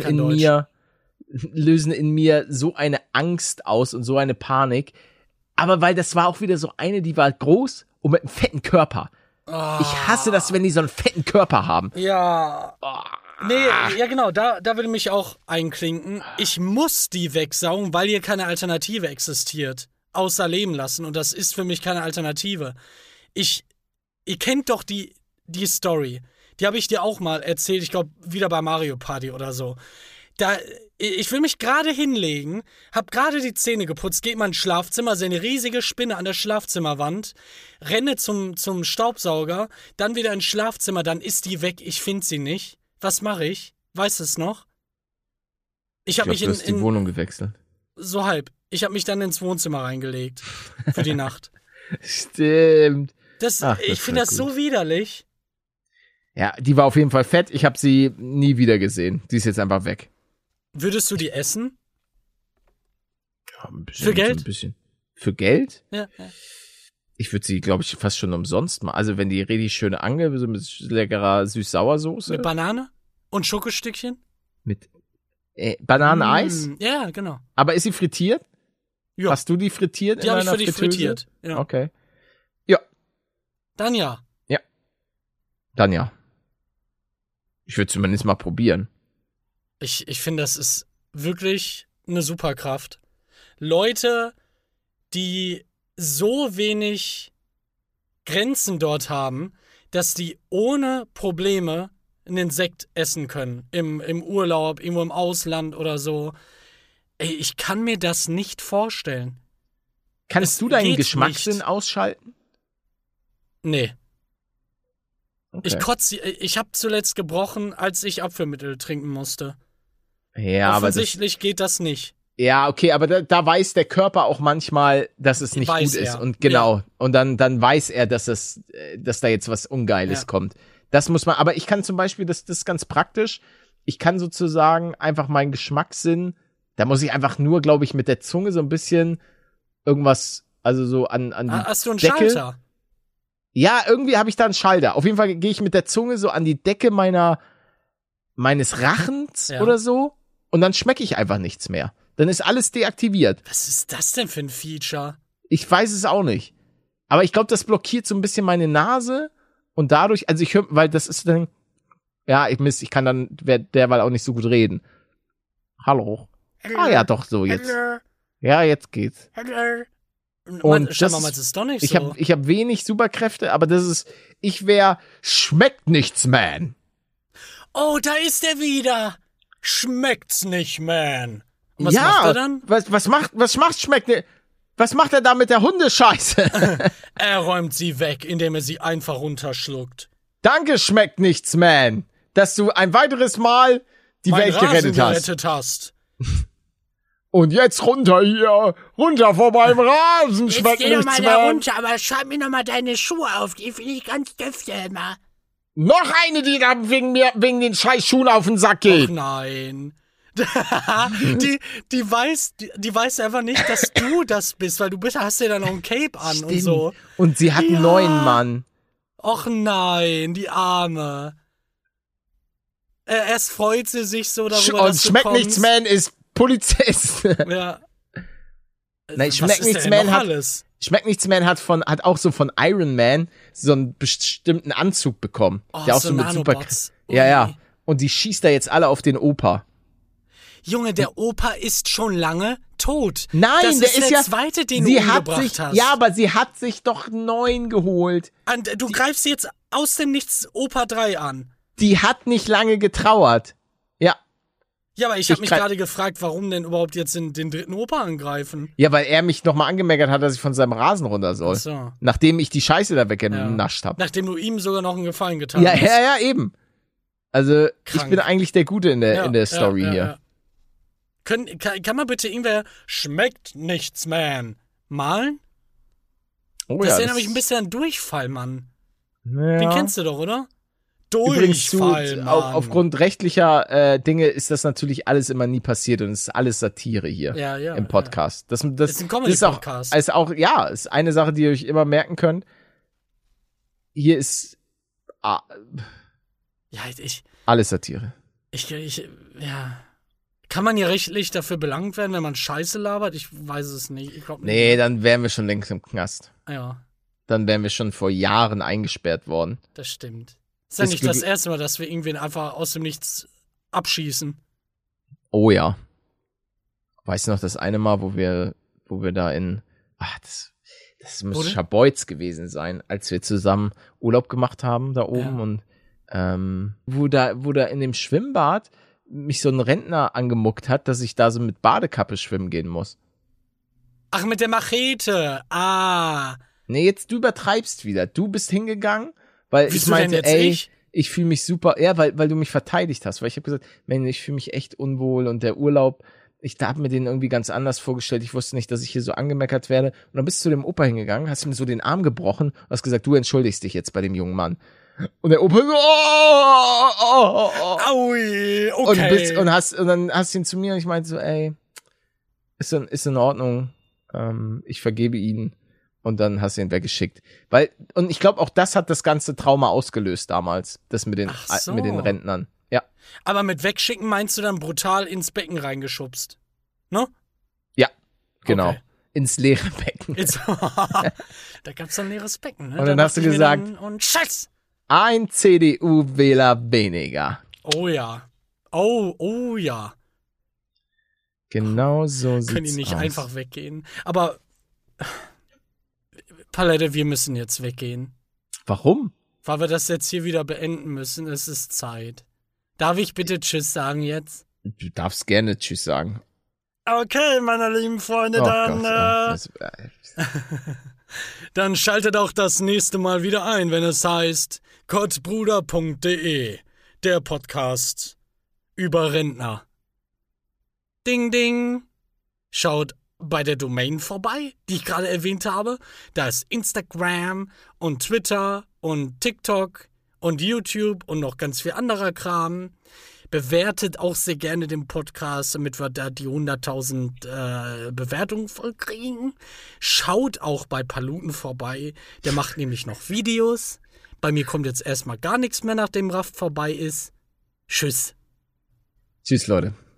in mir so eine Angst aus und so eine Panik. Aber weil das war auch wieder so eine, die war groß und mit einem fetten Körper. Oh. Ich hasse das, wenn die so einen fetten Körper haben. Ja. Nee, ja genau, da würde mich auch einklinken. Ich muss die wegsaugen, weil hier keine Alternative existiert. Außer leben lassen. Und das ist für mich keine Alternative. Ihr kennt doch die Story. Die habe ich dir auch mal erzählt. Ich glaube, wieder bei Mario Party oder so. Ich will mich gerade hinlegen, hab gerade die Zähne geputzt, geh in mein Schlafzimmer, sehe eine riesige Spinne an der Schlafzimmerwand, renne zum Staubsauger, dann wieder ins Schlafzimmer, dann ist die weg, ich finde sie nicht. Was mache ich? Weißt du es noch? Ich habe mich du hast die Wohnung gewechselt. So halb. Ich habe mich dann ins Wohnzimmer reingelegt. Für die Nacht. Stimmt. Ich finde das so widerlich. Ja, die war auf jeden Fall fett. Ich habe sie nie wieder gesehen. Die ist jetzt einfach weg. Würdest du die essen? Ja, ein bisschen, Für Geld? So ein bisschen. Für Geld? Ja. Ich würde sie, glaube ich, fast schon umsonst mal. Also wenn die richtig schöne Ange, so mit leckerer Süß-Sauersoße. Mit Banane? Und Schokostückchen? Mit Bananeneis? Ja, genau. Aber ist sie frittiert? Ja. Hast du die frittiert? Die habe ich für dich frittiert. Ja. Okay. Ja. Dann ja. Dann ja. Ich würde zumindest mal probieren. Ich finde, das ist wirklich eine Superkraft. Leute, die so wenig Grenzen dort haben, dass die ohne Probleme ein Insekt essen können. Im Urlaub, irgendwo im Ausland oder so. Ey, ich kann mir das nicht vorstellen. Kannst du deinen Geschmackssinn ausschalten? Nee. Okay. Ich habe zuletzt gebrochen, als ich Abführmittel trinken musste. Ja, offensichtlich geht das nicht. Ja, okay, aber da weiß der Körper auch manchmal, dass es nicht gut ist. Und genau. Ja. Und dann weiß er, dass da jetzt was Ungeiles kommt. Das muss man, aber ich kann zum Beispiel, das ist ganz praktisch, ich kann sozusagen einfach meinen Geschmackssinn, da muss ich einfach nur, glaube ich, mit der Zunge so ein bisschen irgendwas, also so an die Hast du einen Decke. Schalter? Ja, irgendwie habe ich da einen Schalter. Auf jeden Fall gehe ich mit der Zunge so an die Decke meines Rachens oder so und dann schmecke ich einfach nichts mehr. Dann ist alles deaktiviert. Was ist das denn für ein Feature? Ich weiß es auch nicht. Aber ich glaube, das blockiert so ein bisschen meine Nase und dadurch, also ich höre, weil das ist dann, ja, ich kann dann derweil auch nicht so gut reden. Hallo. Ah ja, doch, so jetzt. Hallo. Ja, jetzt geht's. Hallo. Und das ist doch nicht so. Ich hab wenig Superkräfte, aber schmeckt nichts, man. Oh, da ist er wieder. Schmeckt's nicht, man. Und was macht er dann? Was macht er da mit der Hundescheiße? Er räumt sie weg, indem er sie einfach runterschluckt. Danke, schmeckt nichts, man. Dass du ein weiteres Mal die Welt gerettet hast. Und jetzt runter hier. Runter vor meinem Rasen. Jetzt Schmeckt geh doch nichts mal da mehr. runter, aber schreib mir noch mal deine Schuhe auf. Die finde ich ganz dufte immer. Noch eine, die da wegen den scheiß Schuhen auf den Sack geht. Ach nein. die weiß einfach nicht, dass du das bist, weil hast ja dann noch ein Cape an. Stimmt. Und so. Und sie hat einen neuen Mann. Och nein, die Arme. Erst freut sie sich so darüber, dass du schmeckt kommst. nichts, man ist Polizist. Ja. Nein, Schmeckt nichts, man hat auch so von Iron Man so einen bestimmten Anzug bekommen. Oh, der auch so so mit Nanobots. Ja. Und die schießt da jetzt alle auf den Opa. Junge, der Opa ist schon lange tot. Nein, das der ist der zweite, den du umgebracht hast. Ja, aber sie hat sich doch einen neuen geholt. Und du greifst jetzt aus dem Nichts Opa 3 an. Die hat nicht lange getrauert. Ja. Ja, aber ich habe mich gerade gefragt, warum denn überhaupt jetzt den dritten Opa angreifen? Ja, weil er mich nochmal angemeckert hat, dass ich von seinem Rasen runter soll. Ach so. Nachdem ich die Scheiße da weggenascht habe. Nachdem du ihm sogar noch einen Gefallen getan hast. Ja, eben. Also, Krank. Ich bin eigentlich der Gute in der Story hier. Ja. Kann man bitte irgendwer schmeckt nichts, man, malen? Oh, das erinnert mich ein bisschen an Durchfall, Mann. Ja. Den kennst du doch, oder? Übrigens, Durchfall, Mann. aufgrund rechtlicher Dinge ist das natürlich alles immer nie passiert und es ist alles Satire hier im Podcast. Das ist ein Comedy-Podcast. Ist eine Sache, die ihr euch immer merken könnt. Hier ist alles Satire. Kann man hier rechtlich dafür belangt werden, wenn man Scheiße labert? Ich weiß es nicht. Ich glaub nicht. Nee, dann wären wir schon längst im Knast. Ja. Dann wären wir schon vor Jahren eingesperrt worden. Das stimmt. Ist ja nicht das erste Mal, dass wir irgendwen einfach aus dem Nichts abschießen. Oh ja. Weißt du noch, das eine Mal, wo wir da das muss Scharbeutz gewesen sein, als wir zusammen Urlaub gemacht haben da oben und wo da in dem Schwimmbad mich so ein Rentner angemuckt hat, dass ich da so mit Badekappe schwimmen gehen muss. Ach, mit der Machete. Ah. Nee, jetzt du übertreibst wieder. Du bist hingegangen, weil Wieso ich meinte, denn jetzt ey, ich? ich fühle mich super, ja, weil du mich verteidigt hast, weil ich habe gesagt, Mensch, ich fühle mich echt unwohl und der Urlaub, ich habe mir den irgendwie ganz anders vorgestellt, ich wusste nicht, dass ich hier so angemeckert werde und dann bist du zu dem Opa hingegangen, hast ihm so den Arm gebrochen und hast gesagt, du entschuldigst dich jetzt bei dem jungen Mann. Und der Opa so, Aui, okay. und dann hast du ihn zu mir und ich meinte so, ey, ist in Ordnung, ich vergebe ihn. Und dann hast du ihn weggeschickt. Und ich glaube, auch das hat das ganze Trauma ausgelöst damals. Das mit den Rentnern. Ja. Aber mit wegschicken meinst du dann brutal ins Becken reingeschubst? Ne? Ja, genau. Okay. Ins leere Becken. Da gab's ein leeres Becken, ne? Und dann hast du gesagt, und Scheiß! ein CDU-Wähler weniger. Oh ja. Oh ja. Genau so sieht's aus. Können die nicht einfach weggehen? Aber Palette, wir müssen jetzt weggehen. Warum? Weil wir das jetzt hier wieder beenden müssen. Es ist Zeit. Darf ich bitte Tschüss sagen jetzt? Du darfst gerne Tschüss sagen. Okay, meine lieben Freunde, dann schaltet auch das nächste Mal wieder ein, wenn es heißt kottbruder.de, der Podcast über Rentner. Ding, ding. Schaut bei der Domain vorbei, die ich gerade erwähnt habe. Da ist Instagram und Twitter und TikTok und YouTube und noch ganz viel anderer Kram. Bewertet auch sehr gerne den Podcast, damit wir da die 100.000 Bewertungen voll kriegen. Schaut auch bei Paluten vorbei. Der macht nämlich noch Videos. Bei mir kommt jetzt erstmal gar nichts mehr, nachdem Raff vorbei ist. Tschüss. Tschüss, Leute.